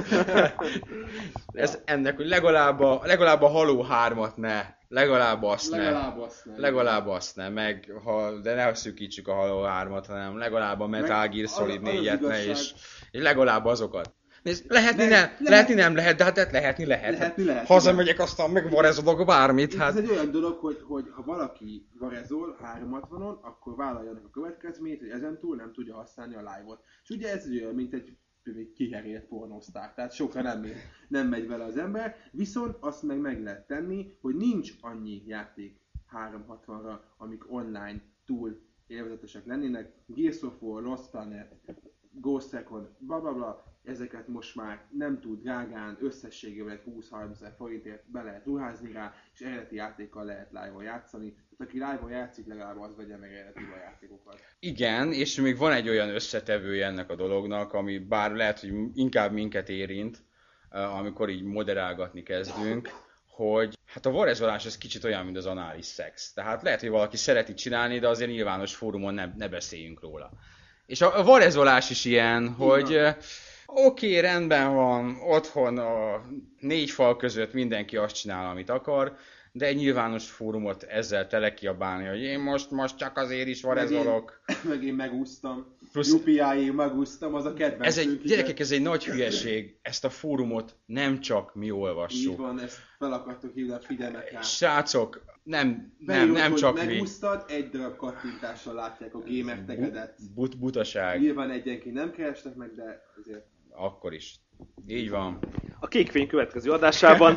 Ez ennek, hogy legalább a, legalább a Halo hármat ne. Legalább azt ne. Legalább azt nem. Legalább azt ne, meg ha, de ne szűkítsük a Halo hármat, hanem legalább a Metal Meg Gear az- Solid az az négyet ne, igazság. és, és legalább azokat. Nézd, lehetni, Meg- ne, lehet- lehetni nem lehet, de hát lehet, lehetni lehet. Lehetni lehet. Hazamegyek, aztán megvarezodok bármit. Hát... Hát. Ez egy olyan dolog, hogy, hogy ha valaki varezol háromszázhatvanon, akkor vállaljanak a következményt, hogy ezentúl nem tudja használni a live-ot. És ugye ez egy olyan, mint egy, egy kiherélt pornosztár, tehát sokan nem, megy, nem megy vele az ember, viszont azt meg meg lehet tenni, hogy nincs annyi játék háromszázhatvanra, amik online túl élvezetesek lennének. Gears of War, Lost Planet, Ghost Recon, bla bla bla, ezeket most már nem tud drágán, összességében húsz-harmincezer forintért be lehet ruházni rá, és eredeti játékkal lehet live-on játszani. Tehát aki live-on játszik, legalább az vegye meg eredeti a játékokat. Igen, és még van egy olyan összetevője ennek a dolognak, ami bár lehet, hogy inkább minket érint, eh, amikor így moderálgatni kezdünk, hogy hát a varezolás az kicsit olyan, mint az anális szex. Tehát lehet, hogy valaki szereti csinálni, de azért nyilvános fórumon ne, ne beszéljünk róla. És a, a varezolás is ilyen, hogy eh, oké, okay, rendben van, otthon a négy fal között mindenki azt csinál, amit akar, de egy nyilvános fórumot ezzel telekiabálni, hogy én most, most csak azért is varezolok. Meg én megúsztam. Plusz- u pé i én megúsztam, az a kedvencünk. Ez egy, igen. gyerekek, ez egy nagy hülyeség, ezt a fórumot nem csak mi Így olvassuk. van, ezt fel akartok hívni a figyelmet rá. Srácok, nem, nem, Beírod, nem hogy csak mi. megúsztad, egy darab kattintással látják a gamer tegedet. But, butaság, Nyilván egyenként nem kerestek meg, de azért akkor is. Így van. A Kékfény következő adásában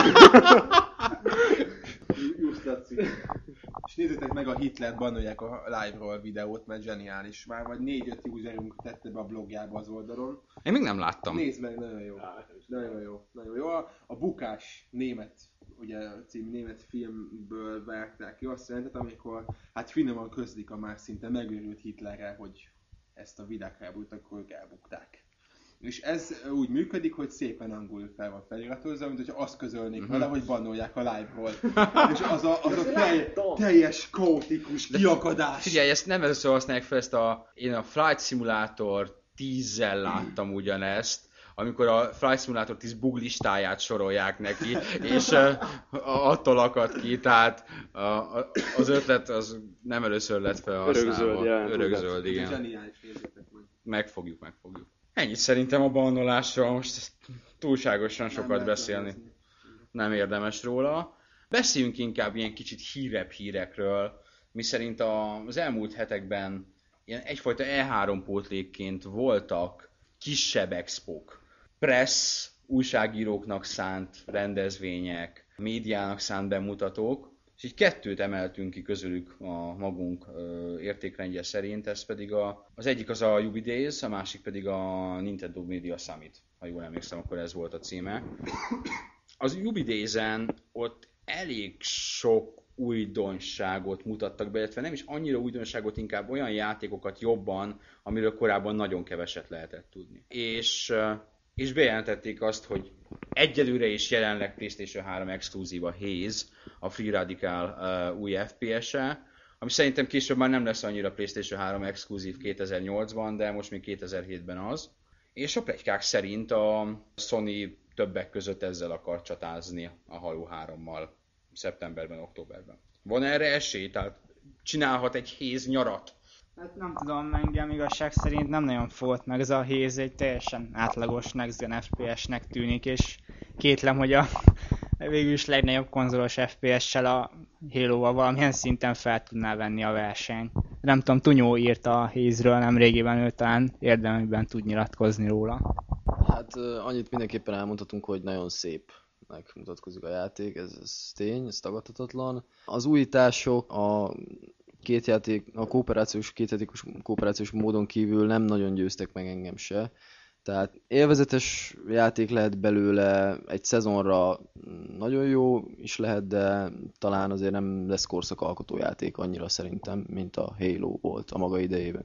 just tetszik. És nézzétek meg, a Hitlert bannolják a live-ról videót, mert zseniális. Már vagy négy-öt userünk tette be a blogjába az oldalon. Én még nem láttam. Nézd meg, nagyon jó. Nagyon jó. Nagyon jó. A, a Bukás német, ugye című német filmből vágták ki azt jelentet, amikor hát finoman közlik a már szinte megőrült Hitlerrel, hogy ezt a világháborút akkor ők elbukták. És ez úgy működik, hogy szépen angolul fel van feliratozva, mint hogyha azt közölnék Mhm. vele, hogy bannolják a live-ról. És az a, az a telj, teljes kaotikus kiakadás. Figyelj, ezt nem először használják fel, ezt a, én a Flight Simulator tízzel láttam ugyanezt, amikor a Flight Simulator tíz bug listáját sorolják neki, és uh, attól akad ki, tehát uh, az ötlet az nem először lett felhasználva. Örökzöld, igen. Megfogjuk, megfogjuk. Ennyit szerintem a bannolásról, most túlságosan sokat beszélni. Nem érdemes róla. Beszéljünk inkább ilyen kicsit hírebb hírekről, miszerint az elmúlt hetekben ilyen egyfajta E három pótlékként voltak kisebb expók. Press, újságíróknak szánt rendezvények, médiának szánt bemutatók, és így kettőt emeltünk ki közülük a magunk értékrendje szerint, ez pedig a, az egyik az a Ubi Days, a másik pedig a Nintendo Media Summit, ha jól emlékszem, akkor ez volt a címe. Az Ubi Days-en ott elég sok újdonságot mutattak be, illetve nem is annyira újdonságot, inkább olyan játékokat jobban, amiről korábban nagyon keveset lehetett tudni. És, és bejelentették azt, hogy egyelőre is jelenleg PlayStation három exkluzív a Haze, a Free Radical uh, új ef pé es-e, ami szerintem később már nem lesz annyira PlayStation három exkluzív kétezer-nyolcban, de most még kétezer-hétben az. És a pletykák szerint a Sony többek között ezzel akar csatázni a Halo hárommal szeptemberben, októberben. Van erre esély? Tehát csinálhat egy Haze nyarat? Hát nem tudom, engem igazság szerint nem nagyon fogott meg. Ez a Haze egy teljesen átlagos Next Gen ef pé es-nek tűnik, és kétlem, hogy a végül is legnagyobb konzolos ef pé es-sel a Halo-val valamilyen szinten fel tudná venni a verseny. Nem tudom, Tunyó írta a Haze-ről nemrégiben, ő talán érdemben tud nyilatkozni róla. Hát annyit mindenképpen elmondhatunk, hogy nagyon szép megmutatkozik a játék, ez, ez tény, ez tagadhatatlan. Az újítások a két játék, a kooperációs, kétjátékos kooperációs módon kívül nem nagyon győztek meg engem se. Tehát élvezetes játék lehet belőle, egy szezonra nagyon jó is lehet, de talán azért nem lesz korszakalkotó játék annyira szerintem, mint a Halo volt a maga idejében.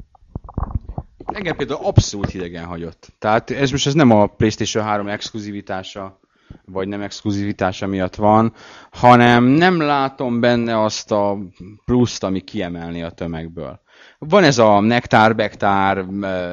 Engem például abszolút hidegen hagyott. Tehát ez most ez nem a PlayStation három exkluzivitása, vagy nem exkluzivitása miatt van, hanem nem látom benne azt a pluszt, ami kiemelni a tömegből. Van ez a nektár-bektár,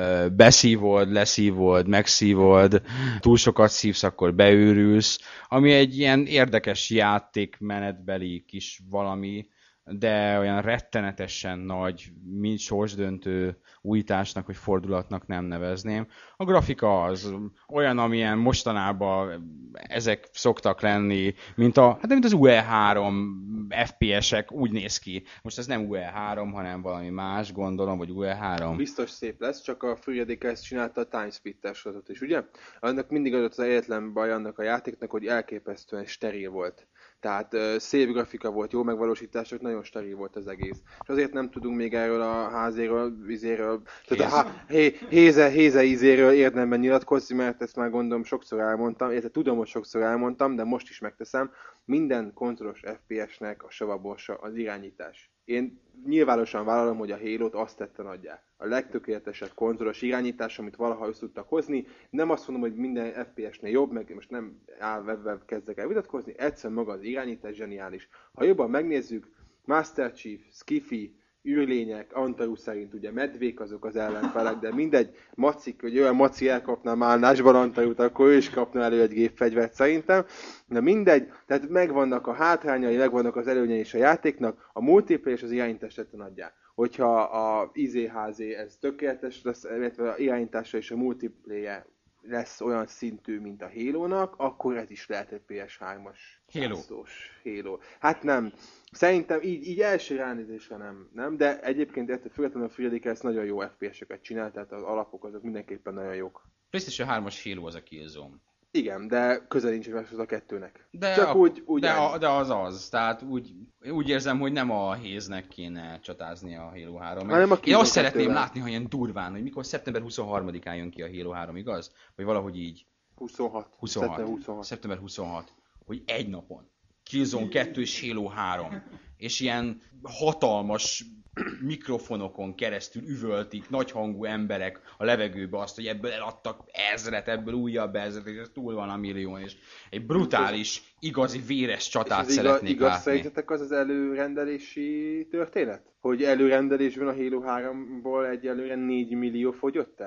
beszívod, leszívod, megszívod, túl sokat szívsz, akkor beőrülsz, ami egy ilyen érdekes játékmenetbeli kis valami, de olyan rettenetesen nagy, mint sorsdöntő újításnak vagy fordulatnak nem nevezném. A grafika az olyan, amilyen mostanában ezek szoktak lenni, mint, a, hát mint az u e három ef pé es-ek, úgy néz ki. Most ez nem u e három, hanem valami más, gondolom, vagy u e három. Biztos szép lesz, csak a Free Radical ezt csinálta a Timesplitter sorozatot is, ugye? Annak mindig adott az egyetlen baj annak a játéknak, hogy elképesztően steril volt. Tehát uh, szép grafika volt, jó megvalósítások, nagyon steril volt az egész. És azért nem tudunk még erről a házéről, izéről, tehát a hé, héze, héze ízéről érdemben nyilatkozni, mert ezt már gondolom sokszor elmondtam, illetve tudom, hogy sokszor elmondtam, de most is megteszem. Minden konzolos ef pé es-nek a savaborsa az irányítás. Én nyilvánosan vállalom, hogy a Halo-t azt tette nagyjá. A legtökéletesebb konzolos irányítás, amit valaha össze tudtak hozni. Nem azt mondom, hogy minden ef pé es-nél jobb, meg most nem állvevve kezdek el vitatkozni, egyszerűen maga az irányítás zseniális. Ha jobban megnézzük, Master Chief, Skiffy, űrlények, Antaru szerint ugye medvék azok az ellenfelek, de mindegy, macik, hogy olyan maci elkapna Málnásban Antarut, akkor ő is kapna elő egy gépfegyvert szerintem. De mindegy, tehát megvannak a hátrányai, megvannak az előnyei is a játéknak, a multiplayer és az irányítás tette nagyjá. Hogyha a i zé há zé ez tökéletes lesz, illetve a irányítása és a multiplayer lesz olyan szintű, mint a Halo-nak, akkor ez is lehet egy pé es hármas Halo. Halo. Hát nem. Szerintem így, így első ránézésre nem, nem, de egyébként ettől függetlenül a Free Radical ezt nagyon jó ef pé es-eket csinál, tehát az alapok azok mindenképpen nagyon jók. PlayStation hármas Halo az a Killzone. Igen, de közel nincs más az a kettőnek. De Csak a, úgy, úgy de, a, de az az, tehát úgy, úgy érzem, hogy nem a Haze-nek kéne csatázni a Halo három. Hanem a Én azt szeretném kettővel. látni, ha ilyen durván, hogy mikor szeptember huszonharmadikán jön ki a Halo három, igaz? Vagy valahogy így. huszonhat. huszonhat. szeptember huszonhat. szeptember huszonhat. Hogy egy napon. Killzone kettő és Halo három. És ilyen hatalmas mikrofonokon keresztül üvöltik nagyhangú emberek a levegőbe azt, hogy ebből eladtak ezret, ebből újabb ezret, és ez túl van a millión, és egy brutális, igazi véres csatát és szeretnék igaz, látni. szerintetek az az előrendelési történet? Hogy előrendelésben a Halo háromból egyelőre négy millió fogyott el?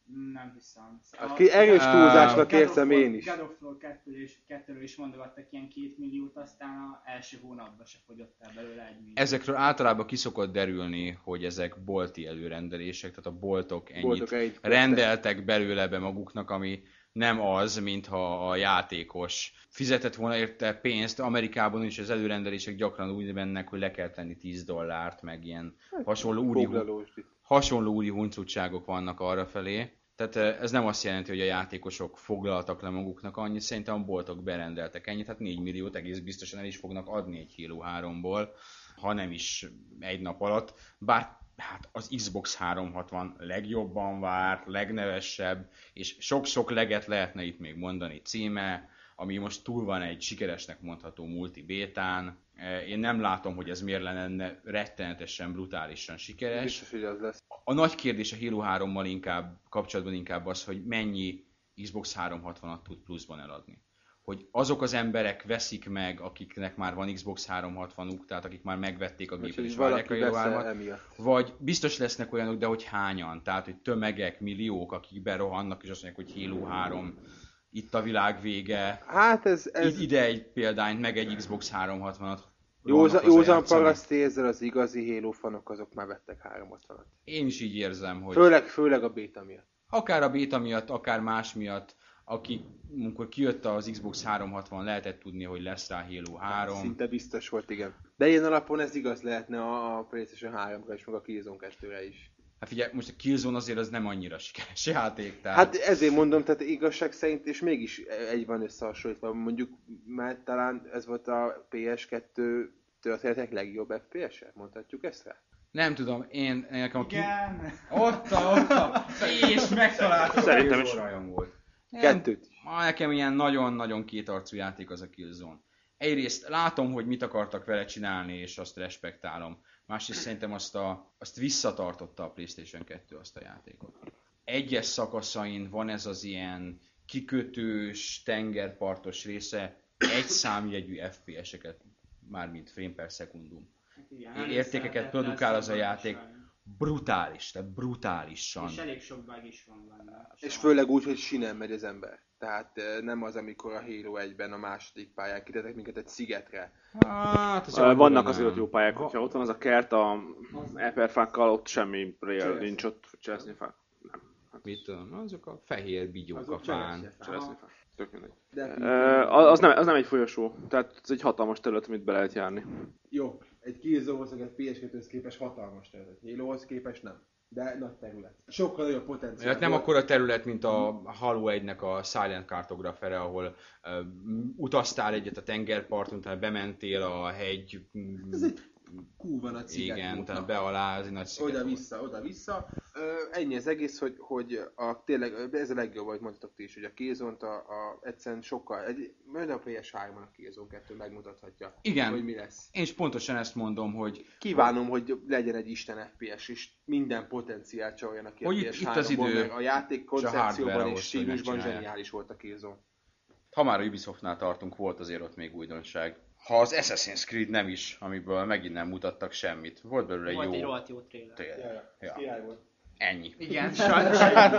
Nem hiszem. Hát ki erős túlzásnak érzem én is. God of War kettőről is mondogattak ilyen két milliót, aztán az első hónapban se fogyott el belőle egy millió. Ezekről általában ki szokott derülni, hogy ezek bolti előrendelések, tehát a boltok ennyit Boltok egy- rendeltek belőle be maguknak, ami nem az, mintha a játékos fizetett volna érte pénzt. Amerikában is az előrendelések gyakran úgy mennek, hogy le kell tenni tíz dollárt, meg ilyen hasonló úri, Foglalósd itt. hasonló úri huncutságok vannak arrafelé. Tehát eh, ez nem azt jelenti, hogy a játékosok foglaltak le maguknak annyit, szerintem a boltok berendeltek ennyit, hát négy milliót egész biztosan el is fognak adni egy Halo háromból, ha nem is egy nap alatt. Bár hát az Xbox háromszázhatvan legjobban várt, legnevesebb, és sok-sok leget lehetne itt még mondani címe, ami most túl van egy sikeresnek mondható multi-bétán. Én nem látom, hogy ez miért lenne rettenetesen, brutálisan sikeres. Biztos, hogy az lesz. A nagy kérdés a Halo hárommal inkább, kapcsolatban inkább az, hogy mennyi Xbox háromszázhatvanat tud pluszban eladni. Hogy azok az emberek veszik meg, akiknek már van Xbox háromszázhatvanuk, tehát akik már megvették a gépet és várják a Halo hármat, vagy biztos lesznek olyanok, de hogy hányan, tehát hogy tömegek, milliók, akik berohannak és azt mondják, hogy Halo három, itt a világ vége, Hát ez... ez... ide egy példányt, meg egy Xbox háromszázhatvanat. Józan, józan paraszti ezzel az igazi Halo fanok, azok már vettek háromszázhatvanat. Én is így érzem, hogy Főleg, főleg a béta miatt. akár a béta miatt, akár más miatt, akik, amikor kijött az Xbox háromszázhatvan, lehetett tudni, hogy lesz rá Halo három. Szinte biztos volt, igen. De ilyen alapon ez igaz lehetne a PlayStation háromra is, meg a Killzone kettőre is. Hát figyelj, most a Killzone azért az nem annyira sikeres játék, tehát... Hát ezért mondom, tehát igazság szerint, és mégis egy van összehasonlítva, mondjuk, mert talán ez volt a pé es kettő történetek legjobb ef pé es-e, mondhatjuk ezt rá? Nem tudom, én nekem a... Igen! Ott a, ott a... És megtaláltam Szerintem a is. Killzone volt. Kettőt. Ma nekem ilyen nagyon-nagyon kétarcú játék az a Killzone. Egyrészt látom, hogy mit akartak vele csinálni, és azt respektálom. Másrészt szerintem azt, a, azt visszatartotta a PlayStation kettő azt a játékot. Egyes szakaszain van ez az ilyen kikötős, tengerpartos része, egy számjegyű ef pé es-eket, mármint frame per secundum. Igen, Értékeket produkál az a játék. Brutális, tehát brutálisan. És elég sok bug is van benne. És főleg úgy, hogy sinen megy az ember. Tehát eh, nem az, amikor a Halo egyben a második pályán kitetek minket egy szigetre. Hát, az Uh, vannak nem. azért jó pályák, hogyha ott van az a kert a eperfákkal, ott semmi rail nincs ott, cseresznyefák. Nem. Hát, Mit tudom, azok a fehér bigyók Azok a fán. cseresznyefák. cseresznyefák. Tök mindegy. De Uh, az, nem, az nem egy folyosó, tehát ez egy hatalmas terület, amit be lehet járni. jó, egy Killzone-hoz, egy pé es kettőhöz képest hatalmas terület. Halohoz képest nem. De nagy terület. Sokkal nagyobb potenciál. Hát nem volt. akkora terület, mint a Halo egynek a Silent Cartographer, ahol uh, utaztál egyet a tengerparton, utána bementél a hegy... Ez egy kurva nagy sziget. Igen, volt. utána be alá, ez egy nagy sziget volt. Oda-vissza, oda-vissza. Ö, ennyi az egész, hogy, hogy a, tényleg, ez a legjobb, ahogy mondtatok ti is, hogy a Killzone-t a, a, egyszerűen sokkal, egy, majd a pé es háromon a Killzone kettő megmutathatja, Igen. hogy mi lesz. Én is pontosan ezt mondom, hogy Kívánom, hogy legyen egy Isten ef pé es, és minden potenciált csaljanak ki a Hogy pé itt- es itt az háromból, idő, mert a játék és a hardware koncepcióban ahhoz, és hogy stílusban megcsinálják. zseniális volt a Killzone. ha már a Ubisoftnál tartunk, volt azért ott még újdonság. Ha az Assassin's Creed nem is, amiből megint nem mutattak semmit. Volt belőle Volt egy jó... rohadt jó trailer. trailer. Ja, Ja. király volt. Ennyi. Igen, sajnos.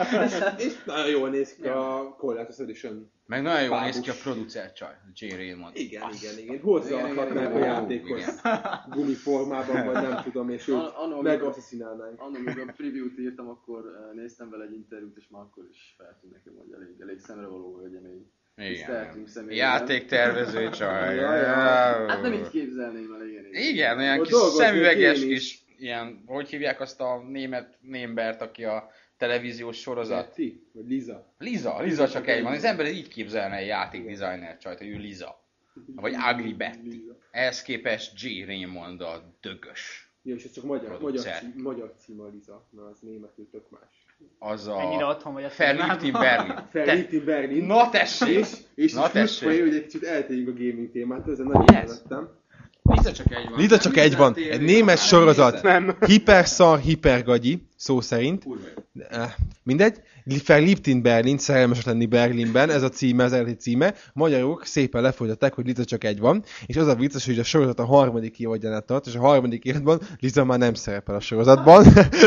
És nagyon jól néz ki a Collector's Edition. Meg nagyon jól Fábus. néz ki a producer csaj, J. Raymond. Igen, Azt. igen, igen. Hozzáadhatnák a igen. játékhoz. Gumiformában, vagy nem tudom, és őt An- anno- megasszaszinálnánk. Annak, amikor a preview-t írtam, akkor eh, néztem vele egy interjút, és már akkor is feltűnt nekem, hogy elég, elég szemrevaló hölgyemény. Tiszteltünk Igen. személyében. Játéktervező csaj. Ja, ja. Hát nem így képzelném el, igen. igen. Igen, olyan Ott kis dolgoznék szemüveges én is. kis, ilyen, hogy hívják azt a német némbert, aki a televíziós sorozat? Ti? Vagy Liza? Liza, Liza csak egy van. Az ember így képzelne egy játékdesigner csajt, hogy ő Liza. Vagy Ugly Betty. Liza. Ehhez képest J. Raymond a dögös. Ja, és ez csak magyar, magyar, Producer. cím, magyar cím a Liza, na az németül tök más. Az Ennyire a otthon vagy a Verliebt in Berlin. Verliebt in Berlin. Na tessék! És, és Na Na tessék! tessék! Hogy egy kicsit eltérjünk a gaming témától, ezen nagyon Yes. yes. lettem. Liza csak egy van. Liza csak egy van. Egy német sorozat. Nem. Hiperszar, hipergagyi, szó szerint. Eh, Mindegy. Verliebt in Berlin, szerelmes lenni Berlinben, ez a címe, az eredeti címe. Magyarok szépen lefolytatták, hogy Liza csak egy van, és az a vicces, hogy a sorozat a harmadik évadjánál tart, és a harmadik évadban Liza már nem szerepel a sorozatban.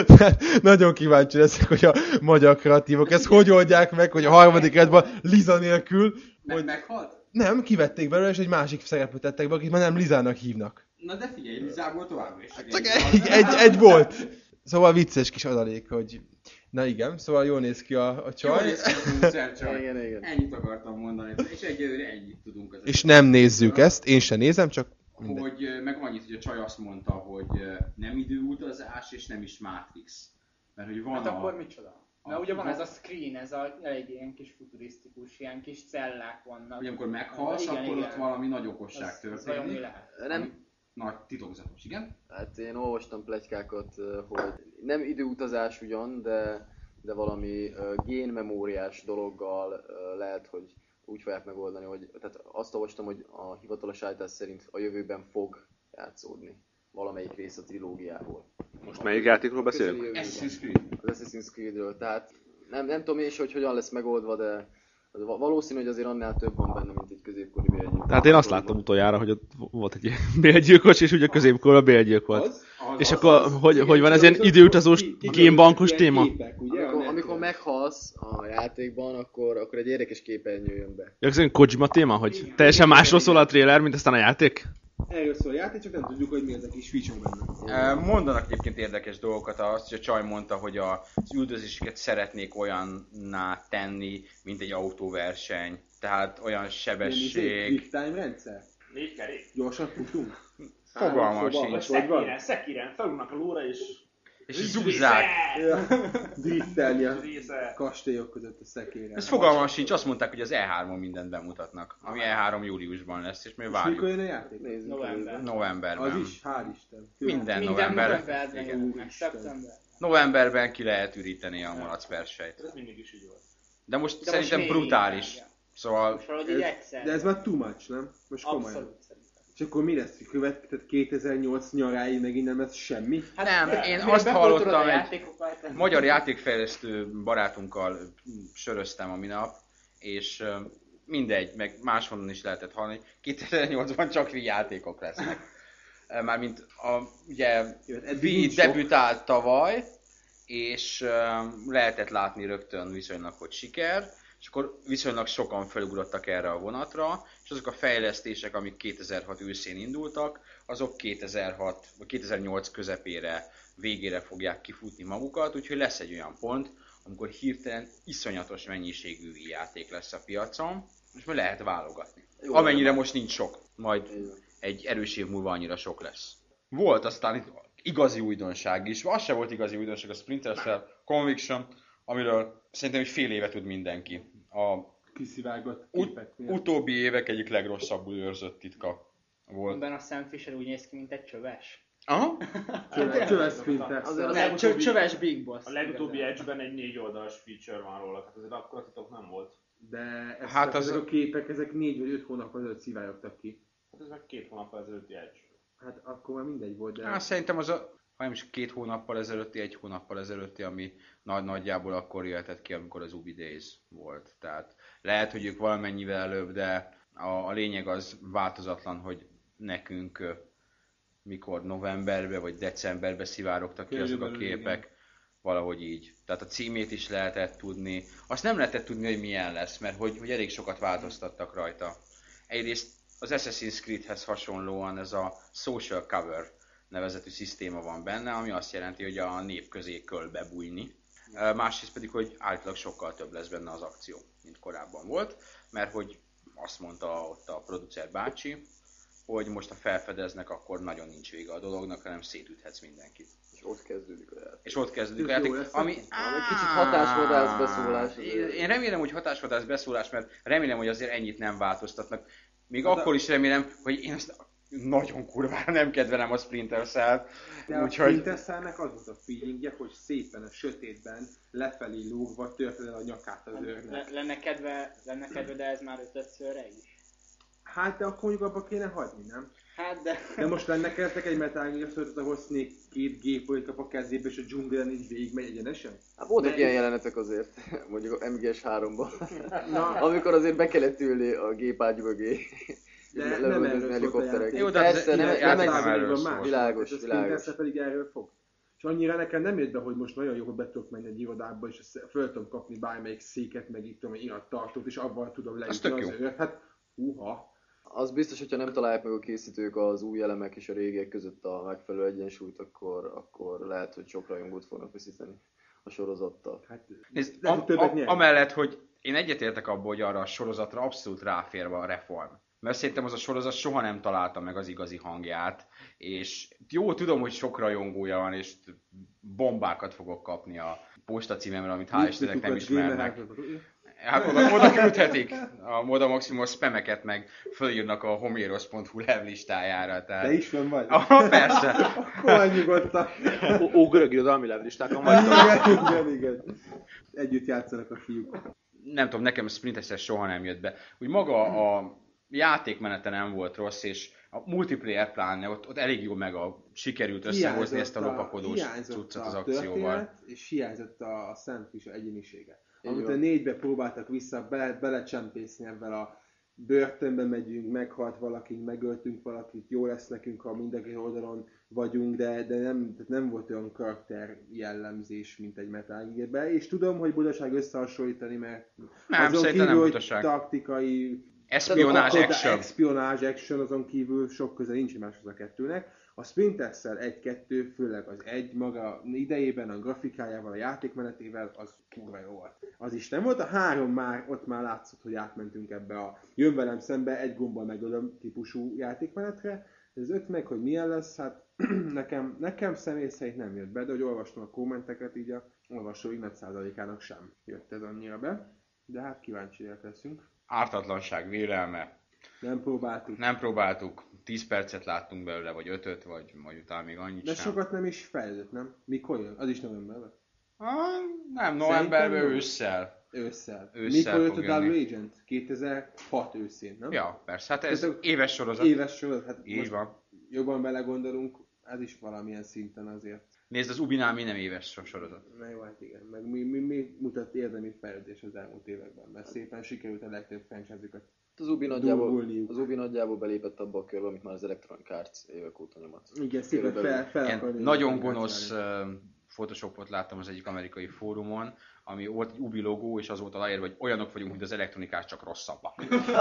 Nagyon kíváncsi leszek, hogy a magyar kreatívok ezt hogy oldják meg, hogy a harmadik évadban Liza nélkül... Meg Hogy... meghalt? Nem, kivették belőle, és egy másik szereplőt tettek be, akit már nem Lizának hívnak. Na de figyelj, Lizából továbbra is. Csak egy, egy, egy volt. Szóval vicces kis adalék, hogy... Na igen, szóval jól néz ki a, a csaj. Jól néz ki a producer Igen, igen. Ennyit akartam mondani, és egyelőre ennyit tudunk. Az És nem nézzük ezt, én sem nézem, csak mindegy. Hogy ö, meg annyit, hogy a csaj azt mondta, hogy ö, nem időutazás és nem is Matrix. Mert hogy van Hát a... akkor micsoda? a- Mert ugye van ez a screen, ez a elég ilyen kis futurisztikus, ilyen kis cellák vannak. Hogy amikor meghalsz, Igen, akkor igen. ott valami nagy okosság Ez- ez vajon mi történik. lehet? Nem, Ami nagy titokzatos, igen? hát én olvastam pletykákat, hogy nem időutazás ugyan, de, de valami uh, génmemóriás dologgal uh, lehet, hogy úgy fogják megoldani, hogy tehát azt olvastam, hogy a hivatalos állítás szerint a jövőben fog játszódni valamelyik rész a trilógiából. Most melyik játékról beszélünk? Közeli jövőben. Assassin's Creed. Az Assassin's Creed-ről, tehát nem, nem tudom én is, hogy hogyan lesz megoldva, de de valószínű, hogy azért annál több van benne, mint egy középkori bélgyilkos. Tehát én azt láttam utoljára, hogy ott volt egy bélgyilkos, és ugye középkorban bélgyilk volt. Az? És akkor, hogy, hogy van ez ilyen időutazós génbankos téma? Képek, ugye, Amikor, a amikor neten. meghalsz a játékban, akkor, akkor egy érdekes képernyő jön be. Ja, ez egy Kojima téma, hogy teljesen másról szól a trailer, mint aztán a játék? Erről szól a játék, csak nem tudjuk, hogy mi ez a kis feature benne. Ö, Mondanak egyébként érdekes dolgokat, azt, hogy a csaj mondta, hogy a- az üldözéseket szeretnék olyanná tenni, mint egy autóverseny. Tehát olyan sebesség. Quick time rendszer? Négy kerék. Gyorsan futunk? Fogalmam Három szoba, sincs. vagy hogy van? Szekiren, szekiren, felugnak a lóra és... És zúzzák. Ja, driftelni a Része. kastélyok között a szekére. Ez fogalmam sincs, azt mondták, hogy az E három mindent bemutatnak. Ami E három júliusban lesz, és mi És mikor várjuk. jön a játék? Nézzük. November. Novemberben. Az is, hál' Isten. Minden Minden november. novemberben Igen. jönnek, Úristen. szeptember. Novemberben ki lehet üríteni a malacpersejt. Ez mindig is így volt. De most De most szerintem még brutális. inkább. Szóval Most valahogy így egyszer. De ez már too much, nem? Most komolyan. Abszolút szerintem. És akkor mi lesz? Követ, tehát kétezer-nyolc nyaráig megint nem lesz semmi? nem, de- én mire azt bepótolod hallottam, a egy játékokat, magyar játékfejlesztő barátunkkal söröztem a minap, és ö, mindegy, meg máshonnan is lehetett hallani, kétezer-nyolcban csak Wii játékok lesznek. Ö, Mármint a, ugye Wii nincs sok. debütált tavaly, és ö, lehetett látni rögtön viszonylag, hogy siker, és akkor viszonylag sokan felugrottak erre a vonatra, és azok a fejlesztések, amik kétezer-hat őszén indultak, azok kétezer-hat, vagy kétezer-nyolc közepére, végére fogják kifutni magukat, úgyhogy lesz egy olyan pont, amikor hirtelen iszonyatos mennyiségű Wii játék lesz a piacon, és majd lehet válogatni. Jó, Amennyire nem. most nincs sok, majd Így van. egy erős év múlva annyira sok lesz. Volt aztán itt igazi újdonság is, az se volt igazi újdonság, a Splinter Cell Conviction, amiről szerintem egy fél éve tud mindenki. A Kiszivárgott ut- képek miatt. utóbbi évek egyik legrosszabbul őrzött titka volt. Amiben a Sam Fisher úgy néz ki, mint egy csöves. Aha. Csöves- Csöves Splinter. Azért Az az egy csö- csöves Big Boss. A legutóbbi igazából. Edge-ben egy négy oldalas feature van róla, tehát azért akkor a titok nem volt. De ez, Hát hát az- ezek a képek, ezek négy vagy öt hónap előtt szivárogtak ki. Hát ez meg két hónap ezelőtti Edge. Hát akkor már mindegy volt, de... Hát szerintem az a, ha nem is két hónappal ezelőtti, egy hónappal ezelőtti, ami nagy nagyjából akkor jöhetett ki, amikor az Ubi Days volt. Tehát lehet, hogy ők valamennyivel előbb, de a, a lényeg az változatlan, hogy nekünk ö, mikor novemberbe vagy decemberbe szivárogtak ki azok a Körülbelül, képek, valahogy így. Tehát a címét is lehetett tudni. Azt nem lehetett tudni, hogy milyen lesz, mert hogy, hogy elég sokat változtattak rajta. Egyrészt az Assassin's Creedhez hasonlóan ez a social cover nevezetű szisztéma van benne, ami azt jelenti, hogy a nép közé kell bebújni. Ö, Másrészt pedig, hogy általában sokkal több lesz benne az akció, mint korábban volt, mert hogy azt mondta ott a producer bácsi, hogy most ha felfedeznek, akkor nagyon nincs vége a dolognak, hanem szétüthetsz mindenkit. És ott kezdődik a játék. És ott kezdődik a Ez jó játék, lesz, ami... Egy kicsit hatásvadász beszólás. Én én remélem, hogy hatásvadász beszólás, mert remélem, hogy azért ennyit nem változtatnak. Még Hát akkor is remélem, hogy én azt nagyon kurvára nem kedvelem a Splinter Cell-t. De a Úgyhogy Splinter Cell-nek az volt a feelingje, hogy szépen a sötétben lefelé lógva törted el a nyakát az őrnek. Le- Lenne kedve, lenne kedve, de ez már ötödszörre is. Hát de akkor mondjuk abba kéne hagyni, nem? Hát de... De most lenne nektek egy Metal Gear Solid, ahol Snake két gépolét kap a kezébe, és a dzsungelen így végigmegy egyenesen? Hát voltak De- ilyen jelenetek azért, mondjuk a em gé es háromban, Na, amikor azért be kellett ülni a gépágy mögé. de Le- nem lövöldözni erről szólt a helikopterek. játék. Jó, de az Persze, nem, játék nem, nem egy- erről van szól. más. Világos, Ez a világos. Splinter pedig erről fog. És annyira nekem nem jött be, hogy most nagyon jó, hogy be tudok menni egy irodába, és föl tudom kapni bármelyik széket, meg itt tudom, egy irattartót, és abban tudom leütni tök az jó. őrt. Hát, húha. Az biztos, hogyha nem találják meg a készítők az új elemek és a régiek között a megfelelő egyensúlyt, akkor, akkor lehet, hogy sok rajongót fognak veszíteni a sorozattal. Hát, Nézd, lehet, hogy am, többet am, nyer. amellett, hogy én egyetértek abban, hogy arra a sorozatra abszolút ráférve a reform. Mert szerintem az a sorozat soha nem találta meg az igazi hangját, és jó, tudom, hogy sok rajongója van, és bombákat fogok kapni a postacímemre, amit hál' Istennek nem ismernek. Hát oda, oda küldhetik a Moda Maximum spameket, meg fölírnak a homéros pont hu levlistájára. Tehát... Te is fönn vagy? Aha, persze. Akkor nyugodtan. Ó, ó, görög irodalmi levlistákon vagy. Igen, igen, igen. Együtt játszanak a fiúk. Nem tudom, nekem a Splinter Cell soha nem jött be. Úgy maga a játékmenete nem volt rossz, és a multiplayer pláne, ott, ott elég jól meg a, sikerült összehozni ezt a lopakodós cuccot az akcióval. Történet, és hiányzott a, a Sam Fisher egyénisége. Így Amit van. a négybe próbáltak vissza bele, belecsempészni ebben a börtönbe megyünk, meghalt valakink, megöltünk valakit, jó lesz nekünk, ha mindenki oldalon vagyunk, de, de nem, tehát nem volt olyan karakter jellemzés, mint egy Metal Gear-ben. És tudom, hogy butaság összehasonlítani, mert Nem, azon szerintem nem kívül, hogy butaság. taktikai Espionage Akkor- action. Espionage action, azon kívül sok köze nincs egymáshoz a kettőnek. A Splinter Cell egy-kettő, főleg az egy maga idejében, a grafikájával, a játékmenetével, az kurva jó volt. Az is nem volt, a három már, ott már látszott, hogy átmentünk ebbe a jön velem szembe, egy gombbal megölöm típusú játékmenetre. Az öt meg, hogy milyen lesz, hát nekem, nekem személy szerint nem jött be, de hogy olvastam a kommenteket, így a olvasói nagy százalékának sem jött ez annyira be. De hát kíváncsiak leszünk. Ártatlanság vélelme. Nem próbáltuk. Nem próbáltuk, tíz percet láttunk belőle, vagy ötöt, vagy majd utána még annyit De sem. sokat nem is fejlődött, nem? Mikor jön? Az is novemberben? Ah, nem, novemberben Szerintem nem. ősszel. Ősszel. Ősszel Mikor jött fog a Double jönni. Agent? kétezer-hat őszén, nem? Ja, persze, hát ez Tehát éves sorozat. Éves sorozat. Hát Így most van. jobban belegondolunk, ez is valamilyen szinten azért. Nézd, az Ubinál mi nem éves so- sorozat. Na jó, hát igen. Meg mi, mi, mi mutat érdemi fejlődés az elmúlt években, mert szépen sikerült a legtöbb franchise-üket. Az Ubi nagyjából, Durvulniuk. az Ubi nagyjából belépett abba a körbe, amit már az Electronic Arts évek óta nyomat. Igen, szépen Körülbelül. fel, fel Ilyen akarni- nagyon gonosz uh, photoshopot láttam az egyik amerikai fórumon, ami volt egy Ubi logó, és az volt aláírva, hogy olyanok vagyunk, mint az elektronikás, csak rosszabbak.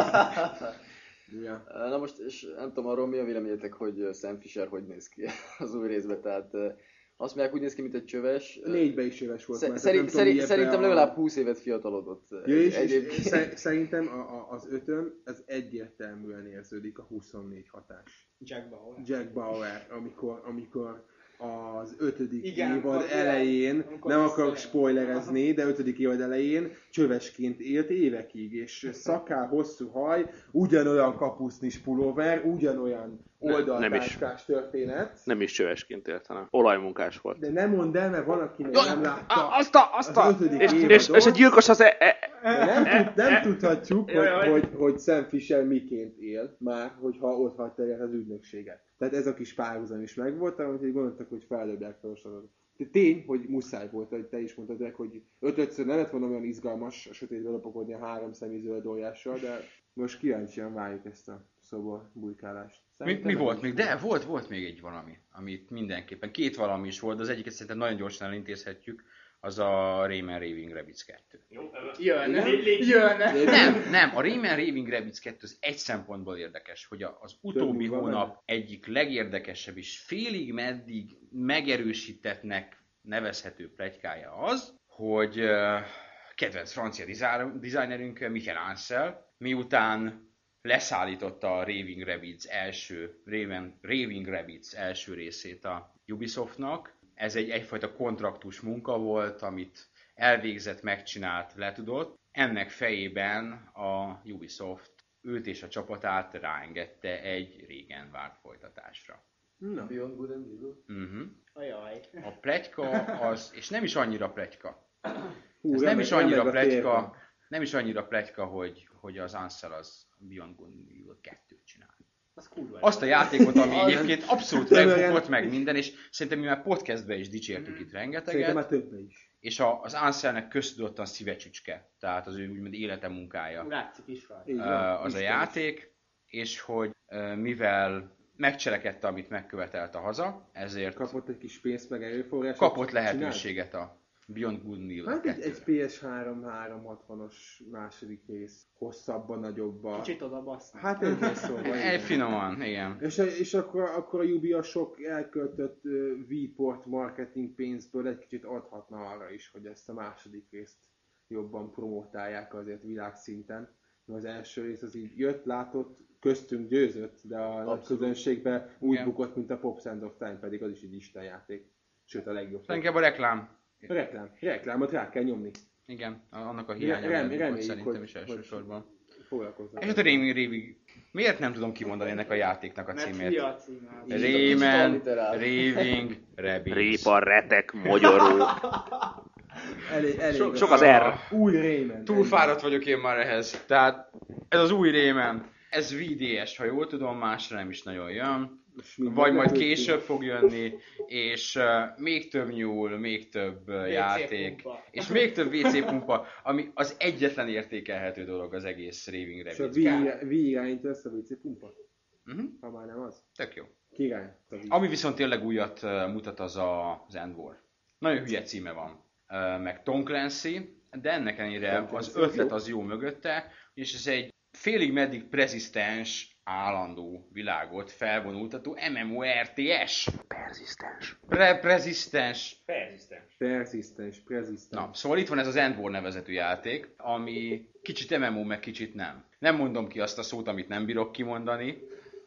Ja. Na most, és nem tudom arról mi a véleményetek, hogy Sam Fisher hogy néz ki az új részben, tehát eh, azt mondják, úgy néz ki, mint egy csöves. Négybe is éves volt Sze- már. szeri- tehát nem tudom, szeri- mi ebbe szerintem a- legalább húsz évet fiatalodott. Ja, és, és Egyébként. szer- szerintem a, a, az ötön, ez egyértelműen érződik a huszonnégy hatás. Jack Bauer. Jack Bauer, amikor, amikor az ötödik Igen, évad amikor- elején, amikor nem visszajön. akarok spoilerezni, de ötödik évad elején csövesként élt évekig, és szakál, hosszú haj, ugyanolyan kapusznis pulóver, ugyanolyan Nem is. oldaltáskás történet. Nem is csövesként élt, hanem olajmunkás volt. De nem mondd el, mert van, aki még Jaj, nem á, látta azt a, azt a, az ötödik és, évadot. és, és a gyilkos az e, e, De nem, tud, nem tudhatjuk, Jaj, jaj. hogy, hogy, hogy Sam Fisher miként él már, hogyha ott hagyta el az ügynökséget. Tehát ez a kis párhuzam is megvolt, amit így gondoltak, hogy feldobják fel a sorozatot. De tény, hogy muszáj volt, hogy te is mondtad meg, hogy öt-ötször nem lett volna olyan izgalmas a sötétbe lopakodni a három szemű zöld ójással, de most kíváncsian várjuk ezt a szoba bujkálást. Mi, Szerintem mi nem volt is még? De volt, volt még egy valami, amit mindenképpen, két valami is volt, de az egyiket szerintem nagyon gyorsan elintézhetjük, az a Rayman Raving Rabbids kettő. Jönne, jönne. Nem, nem, a Rayman Raving Rabbids kettő az egy szempontból érdekes, hogy a- az utóbbi múlva hónap egyik legérdekesebb és félig meddig megerősítettnek nevezhető pletykája az, hogy uh, kedvenc francia dizájn- designerünk Michael Ansel, miután leszállította a Raving Rabbids első, Raven, Raving Rabbids első részét a Ubisoftnak. Ez egy egyfajta kontraktus munka volt, amit elvégzett, megcsinált, letudott. Ennek fejében a Ubisoft őt és a csapatát ráengedte egy régen várt folytatásra. Na, Beyond Good and Evil. Uh-huh. Ajaj. A pletyka az, és nem is annyira pletyka, hú, ez nem remeg- is annyira remeg a pletyka, térben. nem is annyira pletyka, hogy, hogy az Ansel az Beyond Good and Evil kettőt csinál. Az kurva azt a játékot, ami egyébként abszolút Nem megbukott olyan- meg minden, és szerintem mi már podcastben is dicsértük itt Szerintem rengeteget, már többe is. és a, az Anselnek köztudottan szívecsücske, tehát az ő úgymond élete munkája Látszik is rajta. Így ö, van, az a Isten is. játék, és hogy ö, mivel megcselekedte, amit megkövetelt a haza, ezért Kapott egy kis pénzt meg erőforrást. kapott lehetőséget a Beyond Good and Evil Hát egy, kettőre. egy pé es három háromszázhatvanos második rész. Hosszabban, nagyobban. Kicsit oda basznak. Hát egy szóval. Egy igen. finoman, igen. És, és akkor, akkor a Ubi a sok elköltött uh, V-port marketing pénzből egy kicsit adhatna arra is, hogy ezt a második részt jobban promotálják azért világszinten. Az első rész az így jött, látott, köztünk győzött, de a nagy közönségben úgy Igen. bukott, mint a Pop Sands of Time, pedig az is egy istenjáték. Sőt, a legjobb. Szóval inkább a reklám. Reklám. Reklámot rá kell nyomni. Igen, annak a Rem- hiánya rem- volt reméljük, szerintem hogy- is elsősorban. Foglalkoznak. És hát a Rémi Révi... Miért nem tudom kimondani ennek a játéknak a Mert címét? hülye a címe. Rayman, alliterál. Raving, Rabbids. Répa, retek, mogyoró. Elég, elég. Sok, sok az R. Új Rayman. Túl fáradt vagyok én már ehhez. Tehát ez az új Rayman. Ez vé dé es, ha jól tudom, másra nem is nagyon jön. Vagy majd később fog jönni, és uh, még több nyúl, még több uh, játék, pumpa. és még több vé cé pumpa, ami az egyetlen értékelhető dolog az egész Raving És a Rabbids. V irányt lesz a vé cé pumpa? Uh-huh. Ha már nem az. Tök jó. Király. A V. Ami viszont tényleg újat uh, mutat, az a, az End War. Nagyon hülye címe van. Uh, meg Tom Clancy, de ennek ellenére Tom az Clancy ötlet jó. az jó mögötte, és ez egy félig meddig prezisztens, állandó világot felvonultató em em o er té es. Perzisztens. Pre prezisztens. Perzisztens. Persistens, persistens. Na, szóval itt van ez az End War nevezetű játék, ami kicsit em em o, meg kicsit nem. Nem mondom ki azt a szót, amit nem bírok kimondani.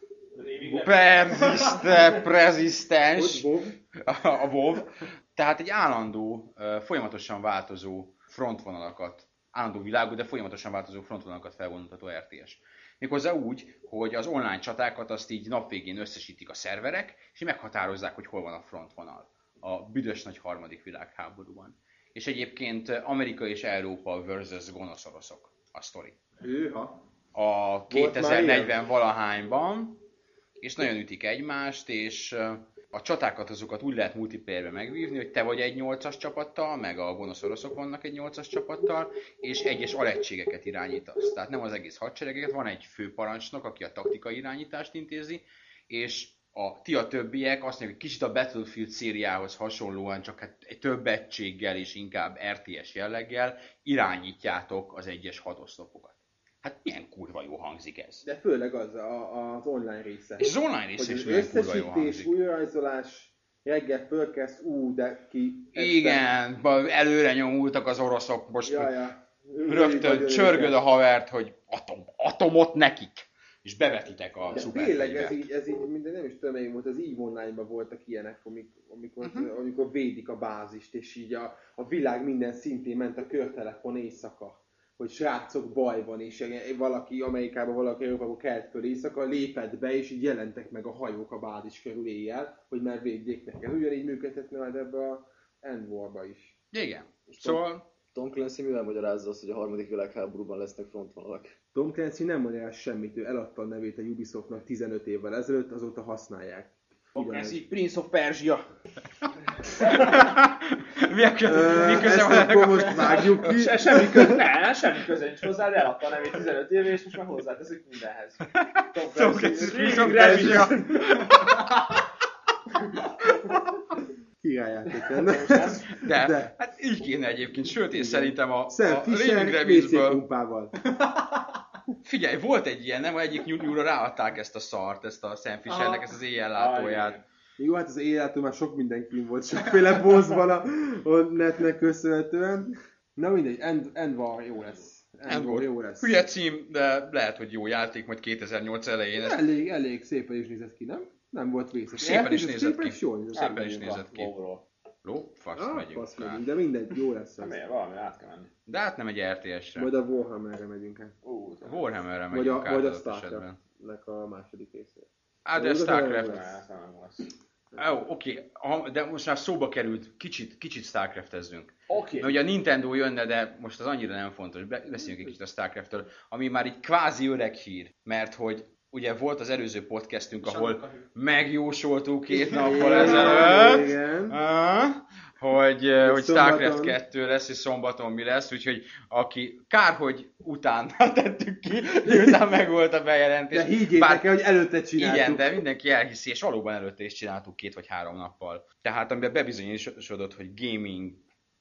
Persiste, prezisztens. Ott Bob. A WoW. Tehát egy állandó, ö, folyamatosan változó frontvonalakat, állandó világú, de folyamatosan változó frontvonalakat felvonultató er té es. Méghozzá úgy, hogy az online csatákat azt így napvégén összesítik a szerverek, és meghatározzák, hogy hol van a frontvonal a büdös nagy harmadik világháborúban. És egyébként Amerika és Európa versus gonosz oroszok a sztori. Hűha. A kétezer-negyven valahányban, és nagyon ütik egymást, és ö, a csatákat azokat úgy lehet multiplayerbe megvívni, hogy te vagy egy nyolcas csapattal, meg a gonosz oroszok vannak egy nyolcas csapattal, és egyes alegységeket irányítasz. Tehát nem az egész hadseregeket, van egy főparancsnok, aki a taktikai irányítást intézi, és a ti a többiek azt mondják, hogy kicsit a Battlefield szériához hasonlóan, csak hát egy több egységgel és inkább er té es jelleggel irányítjátok az egyes hadoszlopokat. Hát milyen kurva jó hangzik ez. De főleg az a, az online része. És az online része Hogy is az milyen kurva jó összesítés, hangzik. újrarajzolás, reggel fölkezd, ú, de ki... Igen, ba- előre nyomultak az oroszok, most Ja, ja. rögtön Nagyon csörgöd őket. a havert, hogy atom, atomot nekik, és bevetitek a De szuper tényleg ez így, ez így, minden nem is tudom, melyik volt, az EVE Online-ban voltak ilyenek, amik, amikor, Mhm. uh-huh. amikor védik a bázist, és így a, a világ minden szintén ment a körtelefon éjszaka. Hogy srácok, baj van, és valaki Amerikában, valaki Európában kelt föl éjszaka, lépett be, és így jelentek meg a hajók a bázis körül éjjel, hogy már védjék meg. Ez ugyanígy működhetne majd ebbe a End War-ba is. Igen. Szóval Tom Clancy mivel magyarázza azt, hogy a harmadik világháborúban lesznek frontvonalak? Tom Clancy nem magyaráz semmit, ő eladta a nevét a Ubisoftnak tizenöt évvel ezelőtt, azóta használják. Ugyanez. Prince of Persia. mi a köze, mi köze Ezt van ennek akkor a most vágjuk ki. Se, semmi köze, ne, semmi köze nincs hozzá, de eladta a nevét tizenöt éve, és most már hozzáteszik mindenhez. Tom Tom Clancy, Clancy, Raving Tom Rabbids. Clancy. Királyjáték lenne. De, De. hát így kéne egyébként, sőt én szerintem a, Sam a Fisher Raving vé cé Rabbidsből, pumpával. figyelj, volt egy ilyen, nem, egyik nyúl- nyúlra ráadták ezt a szart, ezt a Sam Fishernek, ezt az éjjellátóját. Jó, hát az életől már sok mindenki volt, sokféle bossban a, a netnek köszönhetően. Na mindegy, End, End War jó lesz. End, End War War. jó lesz. Hülye cím, de lehet, hogy jó játék, majd kétezer-nyolc elején. Ezt Elég, elég szépen is nézett ki, nem? Nem volt vészes. Szépen is Ehhez nézett képest ki. Jól nézett Szépen is nézett ki. Ló, fasz, Ah, megyünk. fasz rá. megyünk, de mindegy, jó lesz az. Miért? Valami át kell menni. De hát nem egy er té es-re. Majd a Warhammerre megyünk át. Ú, A Warhammerre Vagy megyünk a, át vagy a adott esetben. Starcraft-nek a második részére. Hát de Vagy az Starcraft... nem hát nem lesz. Ó, oké, okay. De most már szóba került, kicsit, kicsit Starcraft-ezzünk. Oké. Mert ugye a Nintendo jönne, de most az annyira nem fontos. Be- Beszéljünk egy kicsit a Starcraft-től, ami már így kvázi öreg hír, mert hogy ugye volt az előző podcastünk, És ahol annak a hő. megjósoltuk két nappal ezelőtt, Igen. ah, hogy, eh, hogy szombaton. StarCraft kettő lesz, és szombaton mi lesz, úgyhogy aki, kár, hogy utána tettük ki, miután megvolt a bejelentés. De higgyétek el, hogy előtte csináltuk. Igen, de mindenki elhiszi, és valóban előtte is csináltuk két vagy három nappal. Tehát amiben bebizonyosodott, hogy gaming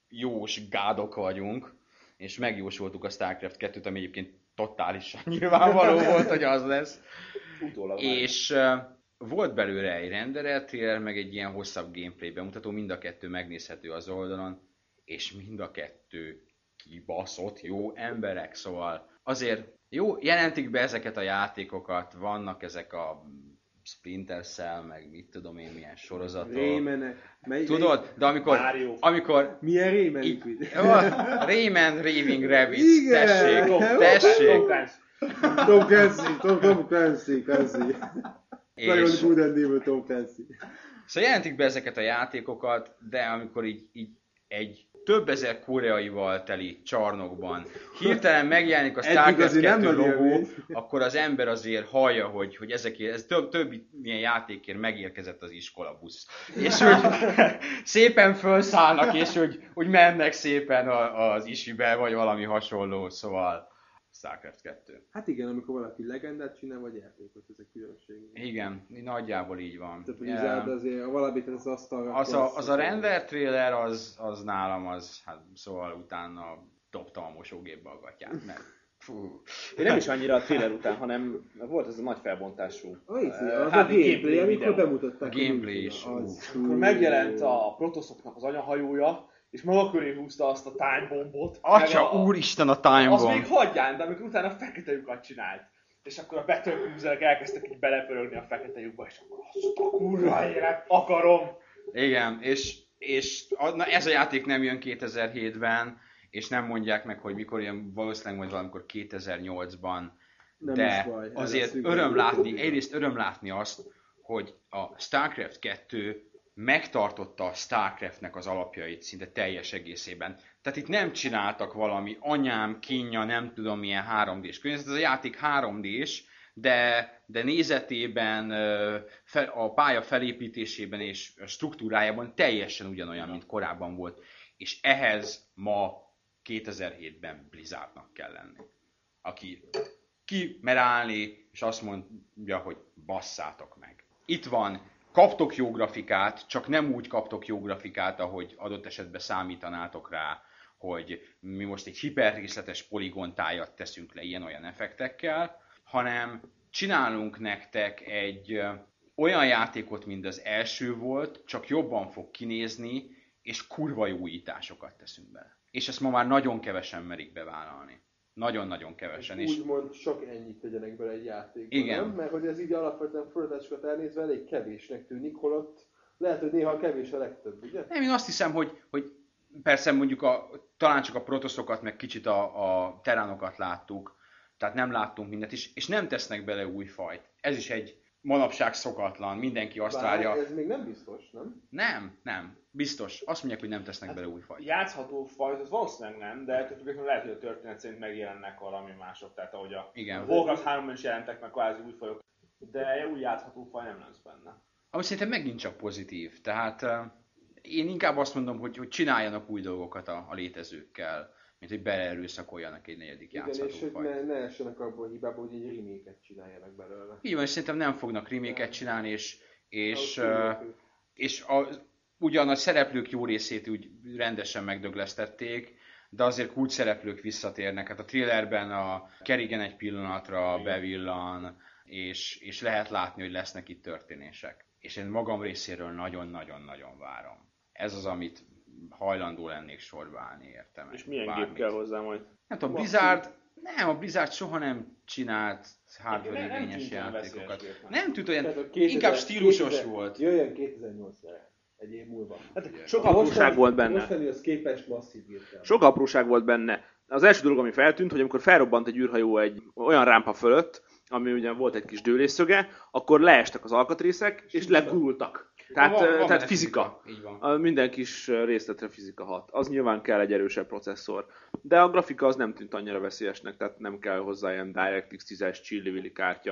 jós gádok vagyunk, és megjósoltuk a StarCraft kettőt, ami egyébként totálisan nyilvánvaló volt, hogy az lesz. Utólag már. És uh, volt belőle egy renderelt trailer, meg egy ilyen hosszabb gameplay bemutató, mind a kettő megnézhető az oldalon, és mind a kettő kibaszott jó emberek, szóval azért jó, jelentik be ezeket a játékokat, vannak ezek a Splinter Cell, meg mit tudom én, milyen sorozatok. Raymanek. Mely, Tudod, de amikor, Mario. amikor Milyen Rayman? így, jó, Rayman Raving Rabbids, Igen. tessék, Tom- tessék. Tom Clancy. Tom Clancy, Tom, Tom Clancy, Clancy. Nagyon És, good and evil Tom Clancy. szóval jelentik be ezeket a játékokat, de amikor így, így egy több ezer koreaival teli csarnokban hirtelen megjelenik a Eddig StarCraft azért nem kettő nagy logó, élmény. akkor az ember azért hallja, hogy, hogy ezekért, ez több, több ilyen játékért megérkezett az iskolabusz. És hogy szépen felszállnak, és hogy, hogy mennek szépen a- az isibe, vagy valami hasonló, szóval StarCraft kettő. Hát igen, amikor valaki legendát csinál, vagy játékot, ez a különbség. Igen, nagyjából így van. Tehát, hogy Ja. Zelda azért, ha valamit az asztalra... Az akkor a, az a render trailer, az, az nálam az, hát szóval utána dobtam a mosógépbe a gatyát, mert fú. Én nem is annyira a trailer után, hanem volt ez a nagy felbontású Ah, itt, eh, az há a dé gameplay, amikor videó. bemutatták. A gameplay is, Az, Akkor megjelent a protoszoknak az anyahajója, és maga köré húzta azt a time bombot. Atya, meg a- úristen a time Az bomb! még hagyján, de amikor utána fekete lyukat csinált. És akkor a Battle Cruiserek elkezdtek így belepörögni a fekete lyukba, és akkor azt a kurva élet, akarom! Igen, és, és a, na ez a játék nem jön kétezer-hétben, és nem mondják meg, hogy mikor jön, valószínűleg majd valamikor kétezer-nyolcban, Nem de is baj, el azért leszünk öröm benne. látni, egyrészt öröm látni azt, hogy a StarCraft kettő megtartotta a StarCraftnek az alapjait szinte teljes egészében. Tehát itt nem csináltak valami anyám, kínja, nem tudom milyen három dés környezet. Ez a játék három dés, de, de nézetében, ö, fel, a pálya felépítésében és a struktúrájában teljesen ugyanolyan, mint korábban volt. És ehhez ma kétezer-hétben Blizzardnak kell lenni. Aki ki mer állni, és azt mondja, hogy basszátok meg. Itt van, kaptok jó grafikát, csak nem úgy kaptok jó grafikát, ahogy adott esetben számítanátok rá, hogy mi most egy hiperrészletes poligontájat teszünk le ilyen-olyan effektekkel, hanem csinálunk nektek egy ö, olyan játékot, mint az első volt, csak jobban fog kinézni, és kurva jó újításokat teszünk bele. És ezt ma már nagyon kevesen merik bevállalni. Nagyon-nagyon kevesen. És Úgymond sok ennyit tegyenek bele egy játékba, Igen. nem? Mert hogy ez így alapvetően földatásokat elnézve elég kevésnek tűnik, holott lehet, hogy néha kevés a legtöbb, ugye? nem, én azt hiszem, hogy, hogy persze mondjuk a, talán csak a protoszokat, meg kicsit a, a teránokat láttuk, tehát nem láttunk mindent is, és nem tesznek bele új fajt. Ez is egy manapság szokatlan, mindenki azt Bár várja. ez még nem biztos, nem? Nem, nem, biztos. Azt mondják, hogy nem tesznek bele új fajt. Játszható fajt, az valószínűleg nem, de ettől függetlenül lehet, hogy a történet szerint megjelennek valami mások. Tehát ahogy a Igen. a Warcraft háromban is jelentek meg kvázi új fajok, de új játszható faj nem lesz benne. Ami szerintem megint csak pozitív. Tehát uh, én inkább azt mondom, hogy, hogy csináljanak új dolgokat a, a létezőkkel, mint hogy beleerőszakoljanak egy negyedik Igen, játszható és hogy fajt. ne, ne essenek abból a hibából, hogy egy remake-et csináljanak belőle. Így van, és szerintem nem fognak remake-et csinálni, és, és, Ahhoz uh, tudjuk, és a, ugyan a szereplők jó részét úgy rendesen megdöglesztették, de azért kulcs szereplők visszatérnek. Hát a thrillerben a Kerrigan egy pillanatra bevillan, és, és lehet látni, hogy lesznek itt történések. És én magam részéről nagyon-nagyon-nagyon várom. Ez az, amit hajlandó lennék sorba állni, értem. És milyen Bármit. gép kell hozzá majd? Nem tudom, Blizzard, nem, a Blizzard soha nem csinált hardware Nem- nem igényes tűnt olyan játékokat. veszélyes gépnek. Nem tűnt olyan, Tehát a kétezer inkább stílusos kétezer volt. Jöjjön kétezer-nyolcra, egy év múlva. Hát Sok A apróság mostani- volt benne. Mostanihoz képest masszív gép kell. Sok apróság volt benne. Az első dolog, ami feltűnt, hogy amikor felrobbant egy űrhajó egy olyan rámpa fölött, ami ugye volt egy kis dőlésszöge, akkor leestek az alkatrészek, és legurultak. Tehát, Van- van tehát benne fizika. Így van. A minden kis részletre fizika hat. Az nyilván kell egy erősebb processzor. De a grafika az nem tűnt annyira veszélyesnek, tehát nem kell hozzá ilyen DirectX tízes csillivilli kártya.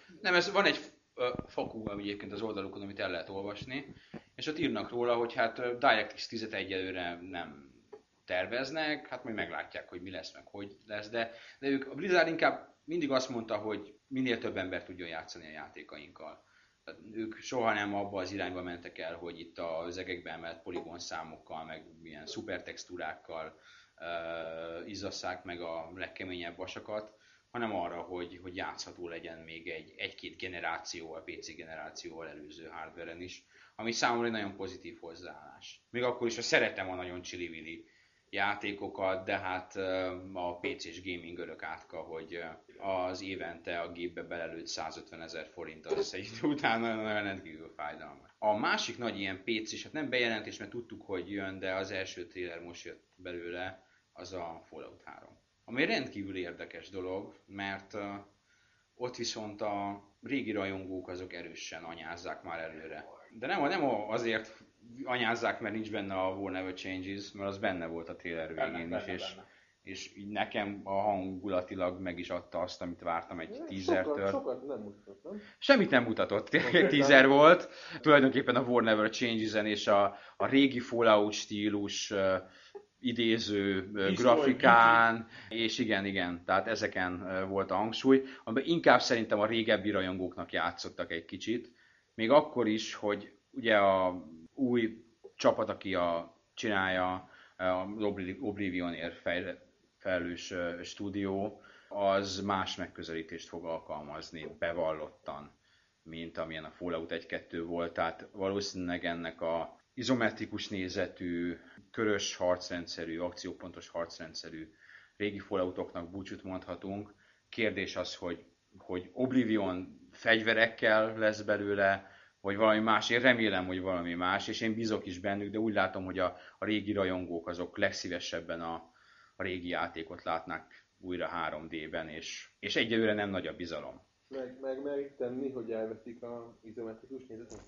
Nem, ez van egy ö, fakú ami egyébként az oldalukon, amit el lehet olvasni, és ott írnak róla, hogy hát ö, DirectX tízet egyelőre nem terveznek, hát majd meglátják, hogy mi lesz, meg hogy lesz, de, de ők, a Blizzard inkább mindig azt mondta, hogy minél több ember tudjon játszani a játékainkkal. Tehát ők soha nem abba az irányba mentek el, hogy itt az egekbe emelt poligon számokkal, meg ilyen szuper textúrákkal uh, izzasszák meg a legkeményebb vasakat, hanem arra, hogy, hogy játszható legyen még egy, egy-két generáció, a pé cé generációval előző hardware-en is, ami számomra egy nagyon pozitív hozzáállás. Még akkor is, ha szeretem a nagyon csili-vili játékokat, de hát a pé cés gaming örök átka, hogy az évente a gépbe belelőtt százötvenezer forint az egy idő után nagyon rendkívül fájdalmas. A másik nagy ilyen pé cés, hát nem bejelentés, mert tudtuk, hogy jön, de az első trailer most jött belőle, az a Fallout három. Ami rendkívül érdekes dolog, mert ott viszont a régi rajongók azok erősen anyázzák már előre. De nem, nem azért anyázzák, mert nincs benne a War Never Changes, mert az benne volt a trailer végén is, és, és így nekem a hangulatilag meg is adta azt, amit vártam egy teasertől. Sokat, sokat nem mutatott, nem? Semmit nem mutatott, tényleg egy teaser volt. Tulajdonképpen a War Never Changes-en és a, a régi Fallout stílus uh, idéző uh, grafikán, és igen, igen, tehát ezeken uh, volt a hangsúly, amiben inkább szerintem a régebbi rajongóknak játszottak egy kicsit, még akkor is, hogy ugye a új csapat, aki a, csinálja a Oblivionért fejl, felelős uh, stúdió, az más megközelítést fog alkalmazni bevallottan, mint amilyen a Fallout egy kettő volt. Tehát valószínűleg ennek a izometrikus nézetű, körös harcrendszerű, akciópontos harcrendszerű régi Falloutoknak búcsút mondhatunk. Kérdés az, hogy, hogy Oblivion fegyverekkel lesz belőle, vagy valami más. Én remélem, hogy valami más, és én bízok is bennük, de úgy látom, hogy a, a régi rajongók azok legszívesebben a, a régi játékot látnák újra három dé-ben, és, és egyelőre nem nagy a bizalom. Meg, meg merik tenni, hogy elveszik a izometrikus nézetet?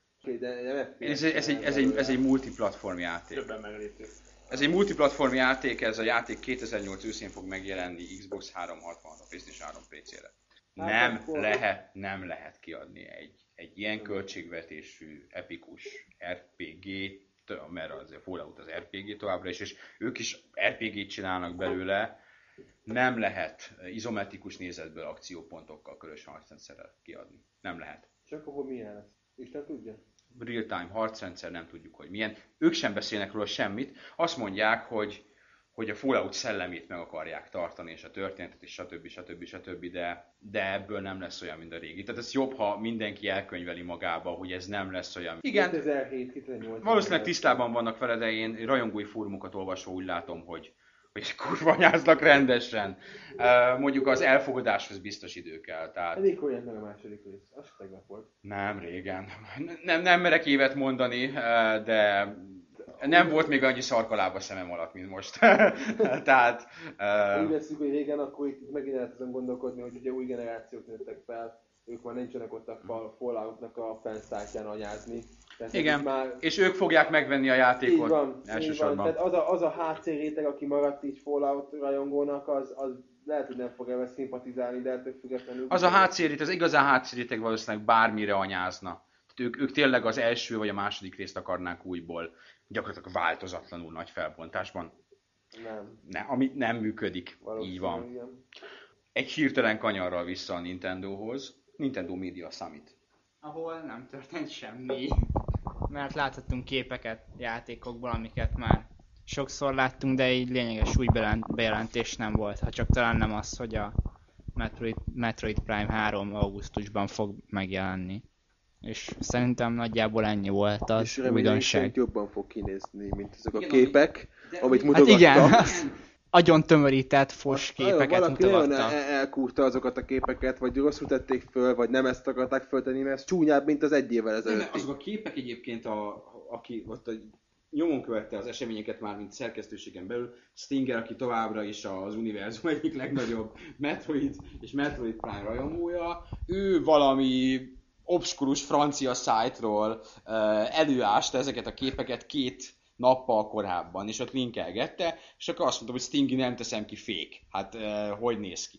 De nem ez, ez, egy, ez, egy, ez egy multiplatform játék. Többen megléptük. Ez egy multiplatform játék, ez a játék kétezer-nyolc őszén fog megjelenni Xbox háromszázhatvan, a PlayStation három pé cére. Nem lehet, nem lehet kiadni egy, egy ilyen költségvetésű, epikus er pé gét, mert az a Fallout az er pé gé továbbra is, és ők is er pé gét csinálnak belőle, nem lehet izometrikus nézetből akciópontokkal, körös harcrendszerrel kiadni. Nem lehet. Csak akkor milyen lesz? Isten tudja? Real-time harcrendszer, nem tudjuk, hogy milyen. Ők sem beszélnek róla semmit. Azt mondják, hogy, hogy a Fallout szellemét meg akarják tartani, és a történetet, és stb. stb. stb. De, de ebből nem lesz olyan, mint a régi. Tehát ez jobb, ha mindenki elkönyveli magába, hogy ez nem lesz olyan. Igen, kétezer-hét kétezer-nyolc valószínűleg tisztában vannak vele, de én rajongói fórumokat olvasva úgy látom, hogy hogy kurva anyáznak rendesen. Uh, mondjuk az elfogadáshoz biztos idő kell. Tehát... Elég olyan meg a második rész. Az tegnap volt. Nem, régen. Nem, nem merek évet mondani, uh, de nem volt még annyi szarkalába szemem alatt, mint most. Tehát... Uh... Úgy veszük, hogy régen, akkor itt megint el tudom gondolkodni, hogy ugye új generációk nőttek fel, ők már nincsenek ott a Falloutnak a fanszájtján anyázni. Tehát igen, már... és ők fogják megvenni a játékot. Így van, elsősorban. Így van. Tehát az a, az a há cé réteg, aki maradt így Fallout rajongónak, az, az lehet, hogy nem fog ebben szimpatizálni, de ettől függetlenül... Az a há cé réteg, az igazán há cé réteg valószínűleg bármire anyázna. Tehát ők, ők tényleg az első vagy a második részt akarnák újból, gyakorlatilag változatlanul nagy felbontásban. Nem. Ne, ami nem működik. Így van. Igen. Egy hirtelen kanyarral vissza a Nintendohoz. Nintendo Media Summit. Ahol nem történt semmi. Mert láthattunk képeket játékokból, amiket már sokszor láttunk, de egy lényeges új bejelentés nem volt. Ha csak talán nem az, hogy a Metroid, Metroid Prime három augusztusban fog megjelenni. És szerintem nagyjából ennyi volt az és újdonság. jobban fog kinézni, mint ezek a igen, képek, de, amit hát mutogattak. Igen, agyon tömörített fos képeket valaki mutogattak. Valaki nagyon elkúrta azokat a képeket, vagy rosszul tették föl, vagy nem ezt akarták föltenni, mert ez csúnyább, mint az egy évvel ezelőtt. Azok a képek egyébként, a, aki ott a nyomon követte az eseményeket már, mint szerkesztőségen belül, Stinger, aki továbbra is az univerzum egyik legnagyobb Metroid és Metroid Prime rajongója, ő valami obskurus francia szájtról uh, előásta ezeket a képeket két nappal korábban, és ott linkelgette, és akkor azt mondtam, hogy Stingy, nem teszem ki fake. Hát uh, hogy néz ki?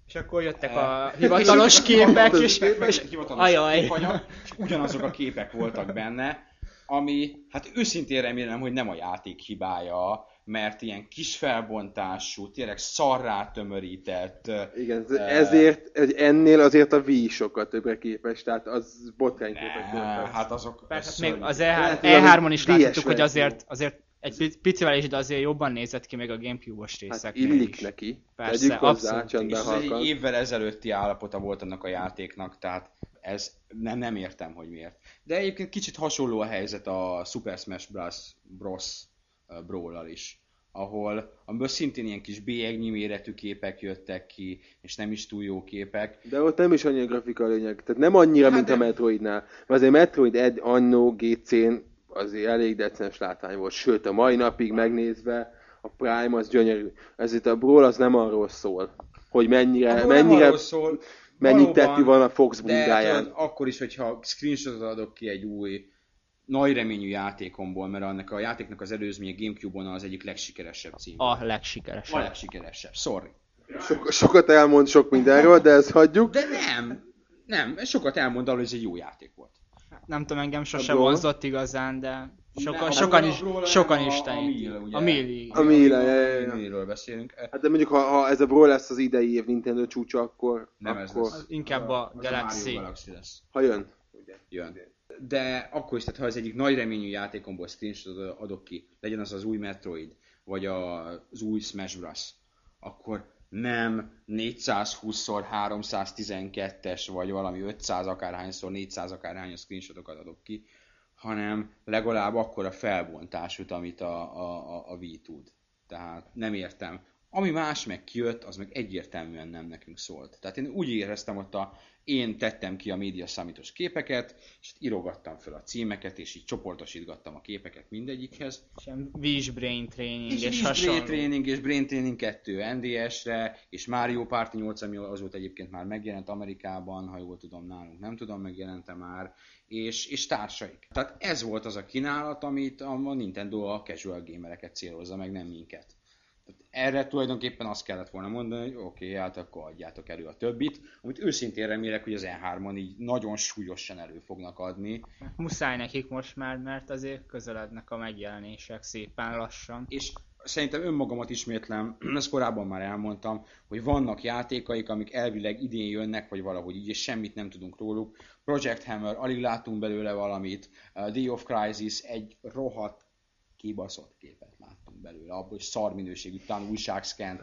És akkor jöttek a hivatalos képek, és, és hivatalos ajaj. képanyag, és ugyanazok a képek voltak benne, ami, hát őszintén remélem, hogy nem a játék hibája, mert ilyen kis felbontású, tényleg szarrá tömörített. Igen, ezért, hogy ennél azért a Wii sokkal többre képes, tehát az botrányképes volt. Hát azok... Persze, még az E hármon is láttuk, hogy azért, azért egy picivel is, de azért jobban nézett ki még a Gamecube-os részeknél. Hát illik is. Neki. Persze, abszolút. És ez egy évvel ezelőtti állapota volt annak a játéknak, tehát ez nem, nem értem, hogy miért. De egyébként kicsit hasonló a helyzet a Super Smash Bros. Bros. Brawl-al is, ahol amiből szintén ilyen kis bélyegnyi méretű képek jöttek ki, és nem is túl jó képek. De ott nem is annyi a grafika a lényeg, tehát nem annyira, hát mint de... a Metroidnál. Mert azért Metroid egy annó gé cén azért elég decens látvány volt, sőt a mai napig megnézve a Prime az gyönyörű. Ezért a Brawl az nem arról szól, hogy mennyire, mennyire szól, mennyit tettű van a Fox bundáján. De akkor is, hogyha screenshotot adok ki egy új nagy reményű játékomból, mert annak a játéknak az előzménye Gamecube-on az egyik legsikeresebb cím. A legsikeresebb. A legsikeresebb, sorry. So- sokat elmond sok mindenről, de ezt hagyjuk. De nem, nem, sokat elmond arról, hogy ez egy jó játék volt. Nem tudom, engem sose vonzott igazán, de sokan, nem, sokan a is, Brawl, sokan a, is a Mil, ugye? A Mil, A Mil, ja, ja, ja. Milről beszélünk. Hát de mondjuk, ha, ha ez a Brawl lesz az idei év Nintendo csúcsa, akkor... Nem ez akkor... lesz. Inkább a Az Galaxy. A Mario Galaxy lesz. Ha jön. Jön. De akkor is, tehát ha ez egyik nagy reményű játékomból screenshotot adok ki, legyen az az új Metroid, vagy az új Smash Bros., akkor nem négyszázhúsz szor háromszáztizenkettes, vagy valami ötszáz akárhányszor négyszáz akárhányos screenshotokat adok ki, hanem legalább akkora felbontásút, amit a, a, a Wii tud. Tehát nem értem. Ami más meg kijött, az meg egyértelműen nem nekünk szólt. Tehát én úgy éreztem ott a... Én tettem ki a Media Summitos képeket, és írogattam fel a címeket, és így csoportosítgattam a képeket mindegyikhez. És ilyen Wish Brain Training és, és, és hasonló. Brain Training és Brain Training kettő en dé es-re, és Mario Party nyolc, ami az volt egyébként már megjelent Amerikában, ha jól tudom, nálunk nem tudom, megjelente már, és, és társaik. Tehát ez volt az a kínálat, amit a Nintendo a casual gamereket célozza, meg nem minket. Erre tulajdonképpen azt kellett volna mondani, hogy oké, okay, hát akkor adjátok elő a többit, amit őszintén remélek, hogy az E hármon így nagyon súlyosan elő fognak adni. Muszáj nekik most már, mert azért közelednek a megjelenések szépen lassan. És szerintem önmagamat ismétlem, ezt korábban már elmondtam, hogy vannak játékaik, amik elvileg idén jönnek, vagy valahogy így, és semmit nem tudunk róluk. Project Hammer, alig látunk belőle valamit, Day of Crisis egy rohadt kibaszott képet láttunk belőle, abból hogy szar minőségű, talán újságszkent.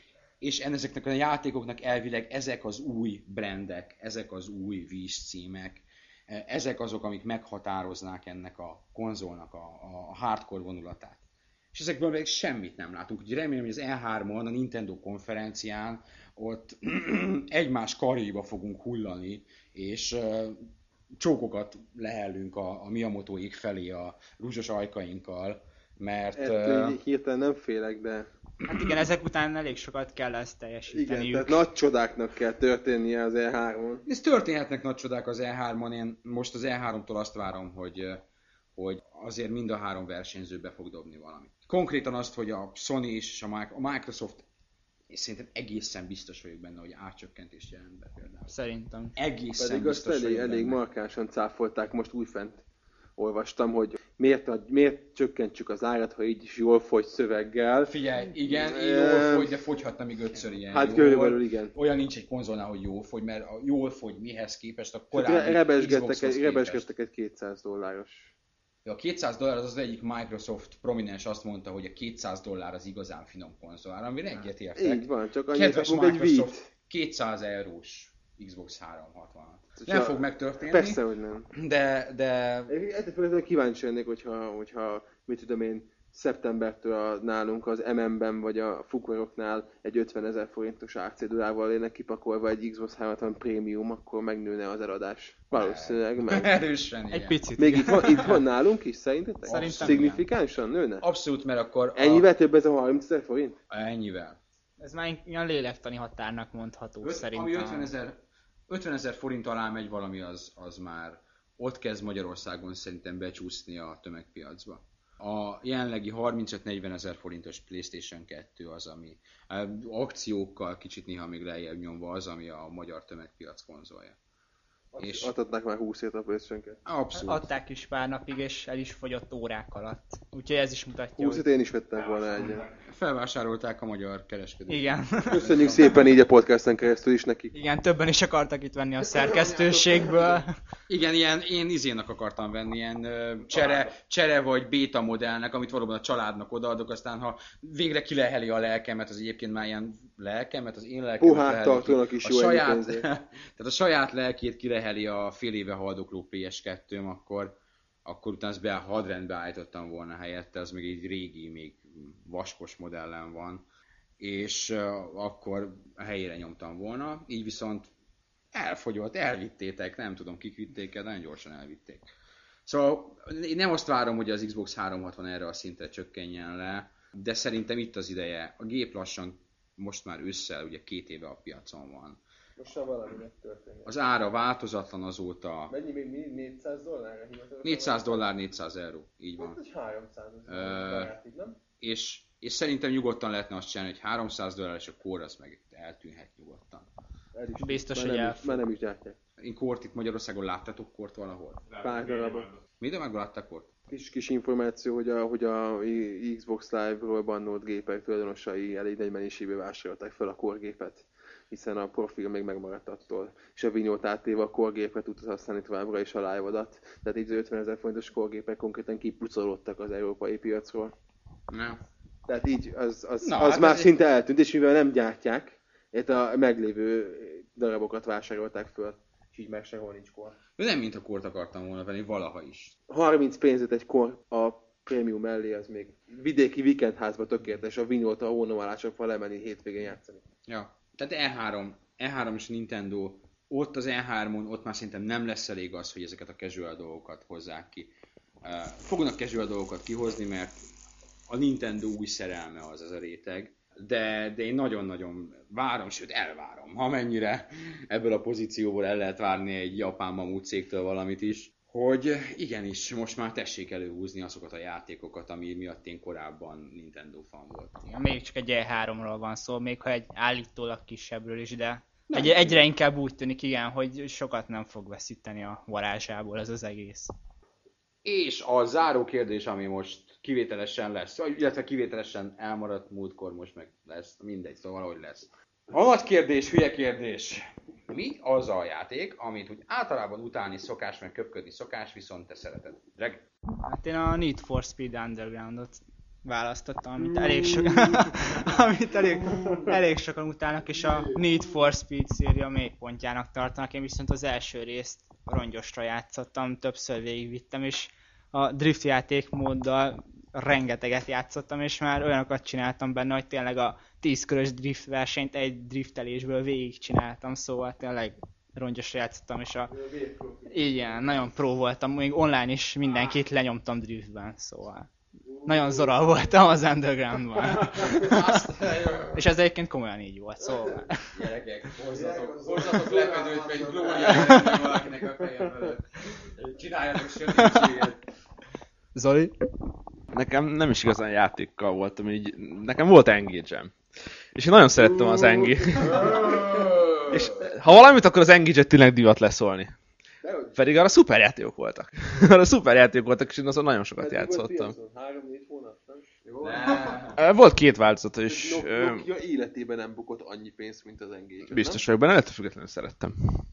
És ezeknek a játékoknak elvileg ezek az új brandek, ezek az új Wish címek, ezek azok, amik meghatároznák ennek a konzolnak a, a hardcore vonulatát. És ezekből még semmit nem látunk. Úgyhogy remélem, hogy az E hármon, a Nintendo konferencián ott egymás karjaiba fogunk hullani, és uh, csókokat lehellünk a, a Miyamoto-ék felé a rúzsos ajkainkkal, mert... Ettől uh, hirtelen nem félek, de... Hát igen, ezek után elég sokat kell ezt teljesíteniük. Igen, tehát nagy csodáknak kell történnie az E hármon. Ez történhetnek nagy csodák az E hármon, én most az E háromtól azt várom, hogy, hogy azért mind a három versenyző be fog dobni valamit. Konkrétan azt, hogy a Sony és a Microsoft, és szerintem egészen biztos vagyok benne, hogy árcsökkentést jelent be például. Szerintem. Egészen Pedig biztos azt elég, vagyok elég benne. markánsan cáfolták, most újfent olvastam, hogy miért, ad, miért csökkentsük az árat, ha így is jól fogy szöveggel. Figyelj, igen, jól fogy, de fogyhatna még ötször ilyen Hát jól. körülbelül igen. Olyan nincs egy konzolnál, hogy jól fogy, mert a jól fogy mihez képest a Hát korábbi rebesgettek, Xboxhoz egy, képest. rebesgettek egy kétszáz dolláros. A kétszáz dollár az az egyik Microsoft prominens azt mondta, hogy a kétszáz dollár az igazán finom konzolár, amire egyet értek. Így van, csak annyit Kedves kapunk egy Microsoft, Wii-t. kétszáz eurós Xbox háromszázhatvanat. És Nem a- fog megtörténni, Persze, hogy nem. de, de Ettől függetlenül kíváncsi lennék, hogyha, hogyha, mit tudom én, szeptembertől a, nálunk az em em-ben vagy a Fukuroknál egy ötvenezer forintos árcédulával lének kipakolva egy Xbox háromszázhatvan Premium, akkor megnőne az eladás. Valószínűleg meg. erősen Egy igen. picit. Még itt van, itt van nálunk is, szerintetek? Szerintem Szignifikánsan nőne? Abszolút, mert akkor a- Ennyivel több ez a harmincezer forint? ennyivel. Ez már ilyen lélektani határnak mondható Öt, szerintem. ami ötven ezer forint alá megy valami, az, az már ott kezd Magyarországon szerintem becsúszni a tömegpiacba. A jelenlegi harmincöt-negyven ezer forintos PlayStation kettő az, ami akciókkal kicsit néha még lejjebb nyomva az, ami a magyar tömegpiac konzolja. És adhatnak már húszért a PlayStation kettőt. Abszolút. Adták is pár napig, és el is fogyott órák alatt. Úgyhogy ez is mutatja, húszért én is vettem volna egyet. Felvásárolták a magyar kereskedők. Igen. Köszönjük szépen így a podcasten keresztül is nekik. Igen, többen is akartak itt venni a szerkesztőségből. Igen, ilyen, én izének akartam venni, ilyen uh, csere, csere vagy béta modellnek, amit valóban a családnak odaadok, aztán ha végre kileheli a lelkemet, az egyébként már ilyen lelkemet, az én lelkemet Pohát tartónak is a jó saját, tehát a saját lelkét kileheli a fél éve haldokló P S kettőm, akkor, akkor utána ezt be hadrendbe állítottam volna helyette, az még egy régi, még vaskos modellem van, és uh, akkor a helyére nyomtam volna, így viszont elfogyott, elvittétek, nem tudom, kik vitték el, nagyon gyorsan elvitték. Szóval én nem azt várom, hogy az Xbox háromszázhatvan erre a szintre csökkenjen le, de szerintem itt az ideje. A gép lassan most már ősszel, ugye két éve a piacon van. Most sem valami megtörténik. Az ára változatlan azóta. Mennyi még mi? négyszáz dollár? négyszáz dollár, négyszáz euró, így van. Hát egy háromszáz uh, nem? És, és szerintem nyugodtan lehetne azt csinálni, hogy háromszáz dollár, és a Core az meg eltűnhet nyugodtan. Biztos, már hogy nem, elfog. már nem is gyártják. Én Kort itt Magyarországon láttatok Kort valahol? Pár darabot. Minden meg láttak Kort? Kis, kis információ, hogy a, hogy a Xbox Live-ról bannolt gépek tulajdonosai elég nagy mennyiségben vásárolták fel a Core gépet, hiszen a profil még megmaradt attól, és a vinyót áttéve a Core gépre tudtad használni továbbra is a Live-odat, tehát így az ötven ezer forintos Core gépek konkrétan kipucolódtak az európai piacról. Nem. Tehát így az, az, Na, az hát már ez szinte eltűnt, és mivel nem gyártják, itt a meglévő darabokat vásárolták föl, és így meg sehol nincs Core. Nem, mint a Kort akartam volna venni, valaha is. harminc pénzet egy Core a prémium mellé, az még vidéki weekendházba tökéletes, a vinyót a hónomálásokkal lemenni hétvégén játszani. Ja, tehát E három, E három és Nintendo, ott az E hármon, ott már szerintem nem lesz elég az, hogy ezeket a casual dolgokat hozzák ki. Uh, fognak casual dolgokat kihozni, mert a Nintendo új szerelme az ez a réteg, de, de én nagyon-nagyon várom, sőt elvárom, amennyire ebből a pozícióból el lehet várni egy japán mamut cégtől valamit is, hogy igenis, most már tessék előhúzni azokat a játékokat, ami miatt én korábban Nintendo fan voltam. Ja, még csak egy E háromról van szó, még ha egy állítólag kisebbről is, de egy, egyre inkább úgy tűnik, igen, hogy sokat nem fog veszíteni a varázsából ez az egész. És a záró kérdés, ami most kivételesen lesz, illetve kivételesen elmaradt múltkor, most meg lesz, mindegy, szóval valahogy lesz. A nagy kérdés, hülye kérdés. Mi az a játék, amit úgy általában utálni szokás, meg köpködni szokás, viszont te szereted? Dreg? Hát én a Need for Speed Undergroundot választottam, amit elég, so... amit elég, elég sokan utálnak, és a Need for Speed széria mélypontjának tartanak. Én viszont az első részt rongyosra játszottam, többször végigvittem, és a drift játékmóddal rengeteget játszottam, és már olyanokat csináltam benne, hogy tényleg a tíz körös drift versenyt egy driftelésből végig csináltam, szóval tényleg rongyosra játszottam, és a... Igen, nagyon pro voltam, még online is mindenkit lenyomtam driftben, szóval... Nagyon zoral voltam az Undergroundban. És ez egyébként komolyan így volt, szóval... Gyerekek, hozzatok, hozzatok lepedőt, vagy glóriát valakinek a fejem fölött. Csináljatok sötétséget. Zoli? Nekem nem is igazán játékkal voltam, így nekem volt Engage-em. És én nagyon szerettem az Engage. És ha valamit, akkor az Engage-et tényleg divat leszólni. Pedig arra szuper játékok voltak. arra szuper játékok voltak, és én azon nagyon sokat játszottam. három-négy hónap, nem? Volt két változata is. Nokia életében nem bukott annyi pénzt, mint az Engage. Biztos vagyok benne, ettől függetlenül szerettem.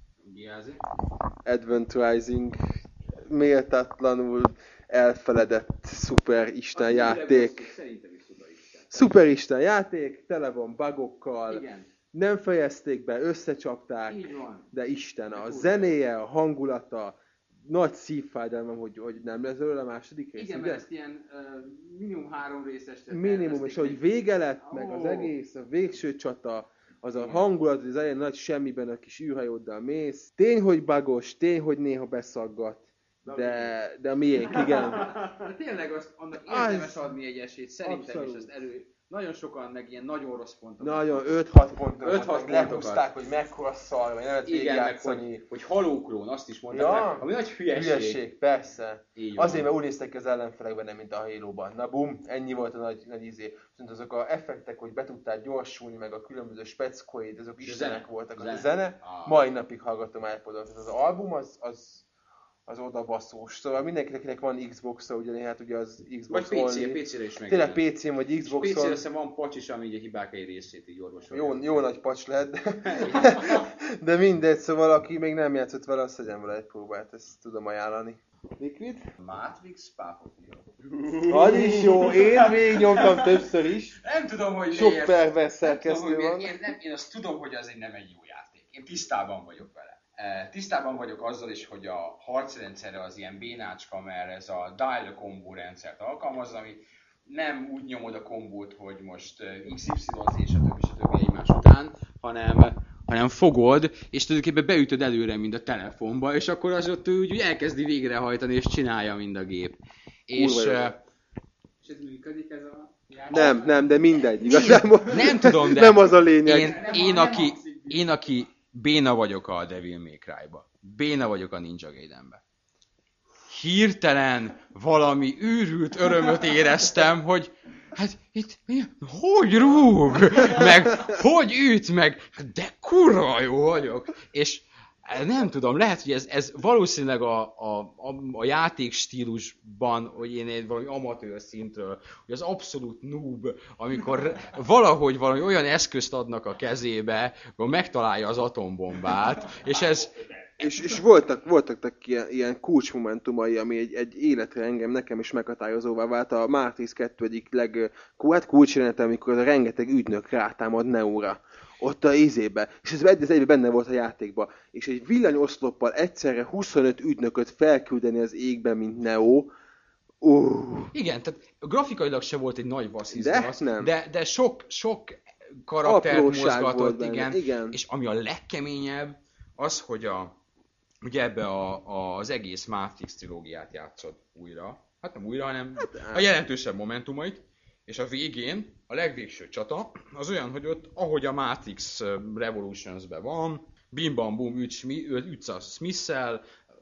Advent Rising méltatlanul elfeledett szuperisten játék. Szuperisten játék, tele van bugokkal. Igen. Nem fejezték be, összecsapták, de Isten, a zenéje, a hangulata, nagy szívfájdalmam, hogy, hogy nem lesz belőle a második rész. Igen, mert ezt ilyen uh, minimum három részes. Minimum, és hogy vége lett, meg az egész, a végső csata, az a hangulat, hogy az elején nagy semmiben a kis űrhajóddal mész. Tény, hogy bugos, tény, hogy néha beszaggat, de, de a miénk, igen. De tényleg azt, annak érdemes adni egy esélyt, szerintem is azt elő... nagyon sokan meg ilyen nagyon rossz pontok. Nagyon öt-hat pontot. öt-hat pontokat. Lehúzták, hogy mekkora szar, vagy nem lehet Igen, meg végigjátszani. hogy, hogy halóklón, azt is mondták, Ja, meg, ami nagy hülyeség. Hülyeség, persze. Így van. Azért, mert úgy néztek ki az ellenfelekben, nem mint a Halo-ban. Na bum, ennyi volt a nagy, nagy izé. Viszont azok a effektek, hogy be tudtál gyorsulni, meg a különböző speckóid, azok És a istenek zene. voltak. Az Zene. a zene, Ah. mai napig hallgatom iPodon. Tehát az album az, az, az oda baszós. Szóval mindenkinek, akinek van Xbox-a, ugyanis hát ugye az Vagy Xbox pé cé, One. pé cére is meg. Tényleg pé cén vagy pé cére Xboxon. hiszem van patch is, ami így a hibák egy részét így orvosolja. Jó, jó nagy pacs lehet, de, de mindegy, szóval aki még nem játszott vele, azt legyen vele egy próbát, ezt tudom ajánlani. Liquid? Matrix Path of Neo. Az is jó, én végignyomtam többször is. Nem tudom, hogy Sok miért. pervers Nem tudom, szerkesztő hogy miért. van. Én, nem, én azt tudom, hogy az egy nem egy jó játék. Én tisztában vagyok vele. Eh, Tisztában vagyok azzal is, hogy a harcrendszerre az ilyen bénácska, mert ez a dial combo rendszert alkalmaz, ami nem úgy nyomod a kombót, hogy most eh, iksz ipszilon zé, stb. stb. Egymás után, hanem, hanem fogod, és tulajdonképpen beütöd előre, mint a telefonba, és akkor az ott úgy, úgy elkezdi végrehajtani, és csinálja mind a gép. És, jó. eh, És ez működik ez a játék? Nem, nem, de mindegy, igazából. nem tudom, de Nem az a lényeg. én, én, aki, én, aki béna vagyok a Devil May Cry-ba, béna vagyok a Ninja Gaiden-be. Hirtelen valami őrült örömöt éreztem, hogy hát itt hogy rúg, meg hogy üt, meg de kurva jó vagyok. És nem tudom, lehet, hogy ez, ez valószínűleg a, a, a, a játék stílusban, hogy én egy valami amatőr szintről, hogy az abszolút noob, amikor valahogy valami olyan eszközt adnak a kezébe, akkor megtalálja az atombombát, és ez... És, és voltak, voltak ilyen, ilyen kulcsmomentumai, ami egy, egy életre engem, nekem is meghatározóvá vált. A Matrix kettő egyik leg, hát kulcsjelenete, amikor a rengeteg ügynök rátámad Neóra. Ott a izébe. És ez egy az egyben benne volt a játékban. És egy villanyoszloppal egyszerre huszonöt ügynököt felküldeni az égbe, mint Neo. Uh. Igen, tehát grafikailag se volt egy nagy vasszizm, De nem. de, de sok, sok karaktert Apróság mozgatott, volt benne, igen. igen. És ami a legkeményebb, az, hogy a, ugye ebbe a, a, az egész Matrix trilógiát játszod újra. Hát nem újra, hanem Hát, a jelentősebb momentumait. És a végén, a legvégső csata, az olyan, hogy ott, ahogy a Matrix Revolutions-ben van, bim bam bum, ütsz, ütsz a Smith-szel,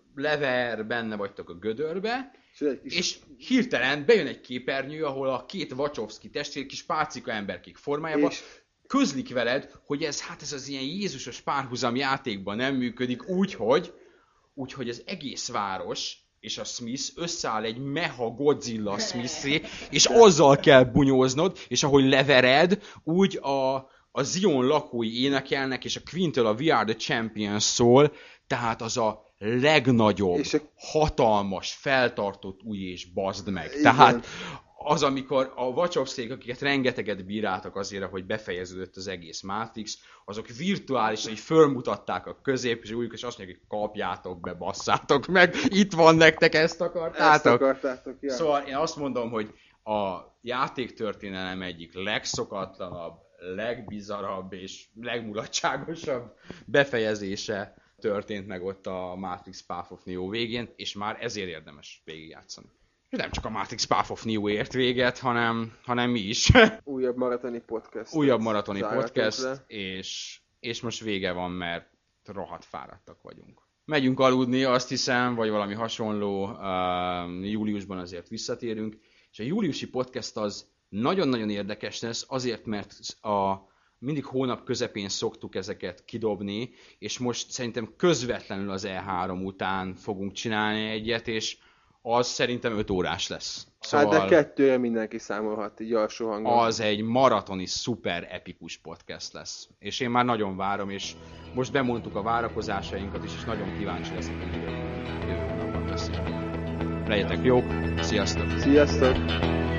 lever, benne vagytok a gödörbe, És, és hirtelen bejön egy képernyő, ahol a két Wachowski testvér kis pálcika emberkék formájában És- közlik veled, hogy ez hát ez az ilyen Jézusos párhuzam játékban nem működik úgy, hogy, úgy, hogy az egész város és a Smith összeáll egy meha Godzilla Smith-szé, és azzal kell bunyóznod, és ahogy levered, úgy a, a Zion lakói énekelnek, és a Queen-től a We Are The Champions szól, tehát az a legnagyobb, És a- hatalmas, feltartott új és bazd meg. Igen. Tehát az, amikor a Wachowskiék, akiket rengeteget bíráltak azért, hogy befejeződött az egész Matrix, azok virtuálisan így fölmutatták a közép, és úgy, és azt mondják, hogy kapjátok be, basszátok meg, itt van nektek, ezt akartátok. ezt akartátok, ja. Szóval én azt mondom, hogy a játéktörténelem egyik legszokatlanabb, legbizarabb és legmulatságosabb befejezése történt meg ott a Matrix Path of Neo végén, és már ezért érdemes végigjátszani. És nem csak a Matrix Path of Neo ért véget, hanem, hanem mi is. Újabb maratoni podcast. Újabb maratoni Zárhatunk podcast, le. és, és most vége van, mert rohadt fáradtak vagyunk. Megyünk aludni, azt hiszem, vagy valami hasonló, uh, júliusban azért visszatérünk, és a júliusi podcast az nagyon-nagyon érdekes lesz, azért, mert a, mindig hónap közepén szoktuk ezeket kidobni, és most szerintem közvetlenül az E három után fogunk csinálni egyet, és az szerintem öt órás lesz. Szóval Hát de kettőre mindenki számolhat így alsó hangon. az egy maratoni, szuper epikus podcast lesz. És én már nagyon várom, és most bemondtuk a várakozásainkat is, és nagyon kíváncsi leszek, hogy jövő hónapban beszélünk. Legyetek jók, sziasztok! Sziasztok!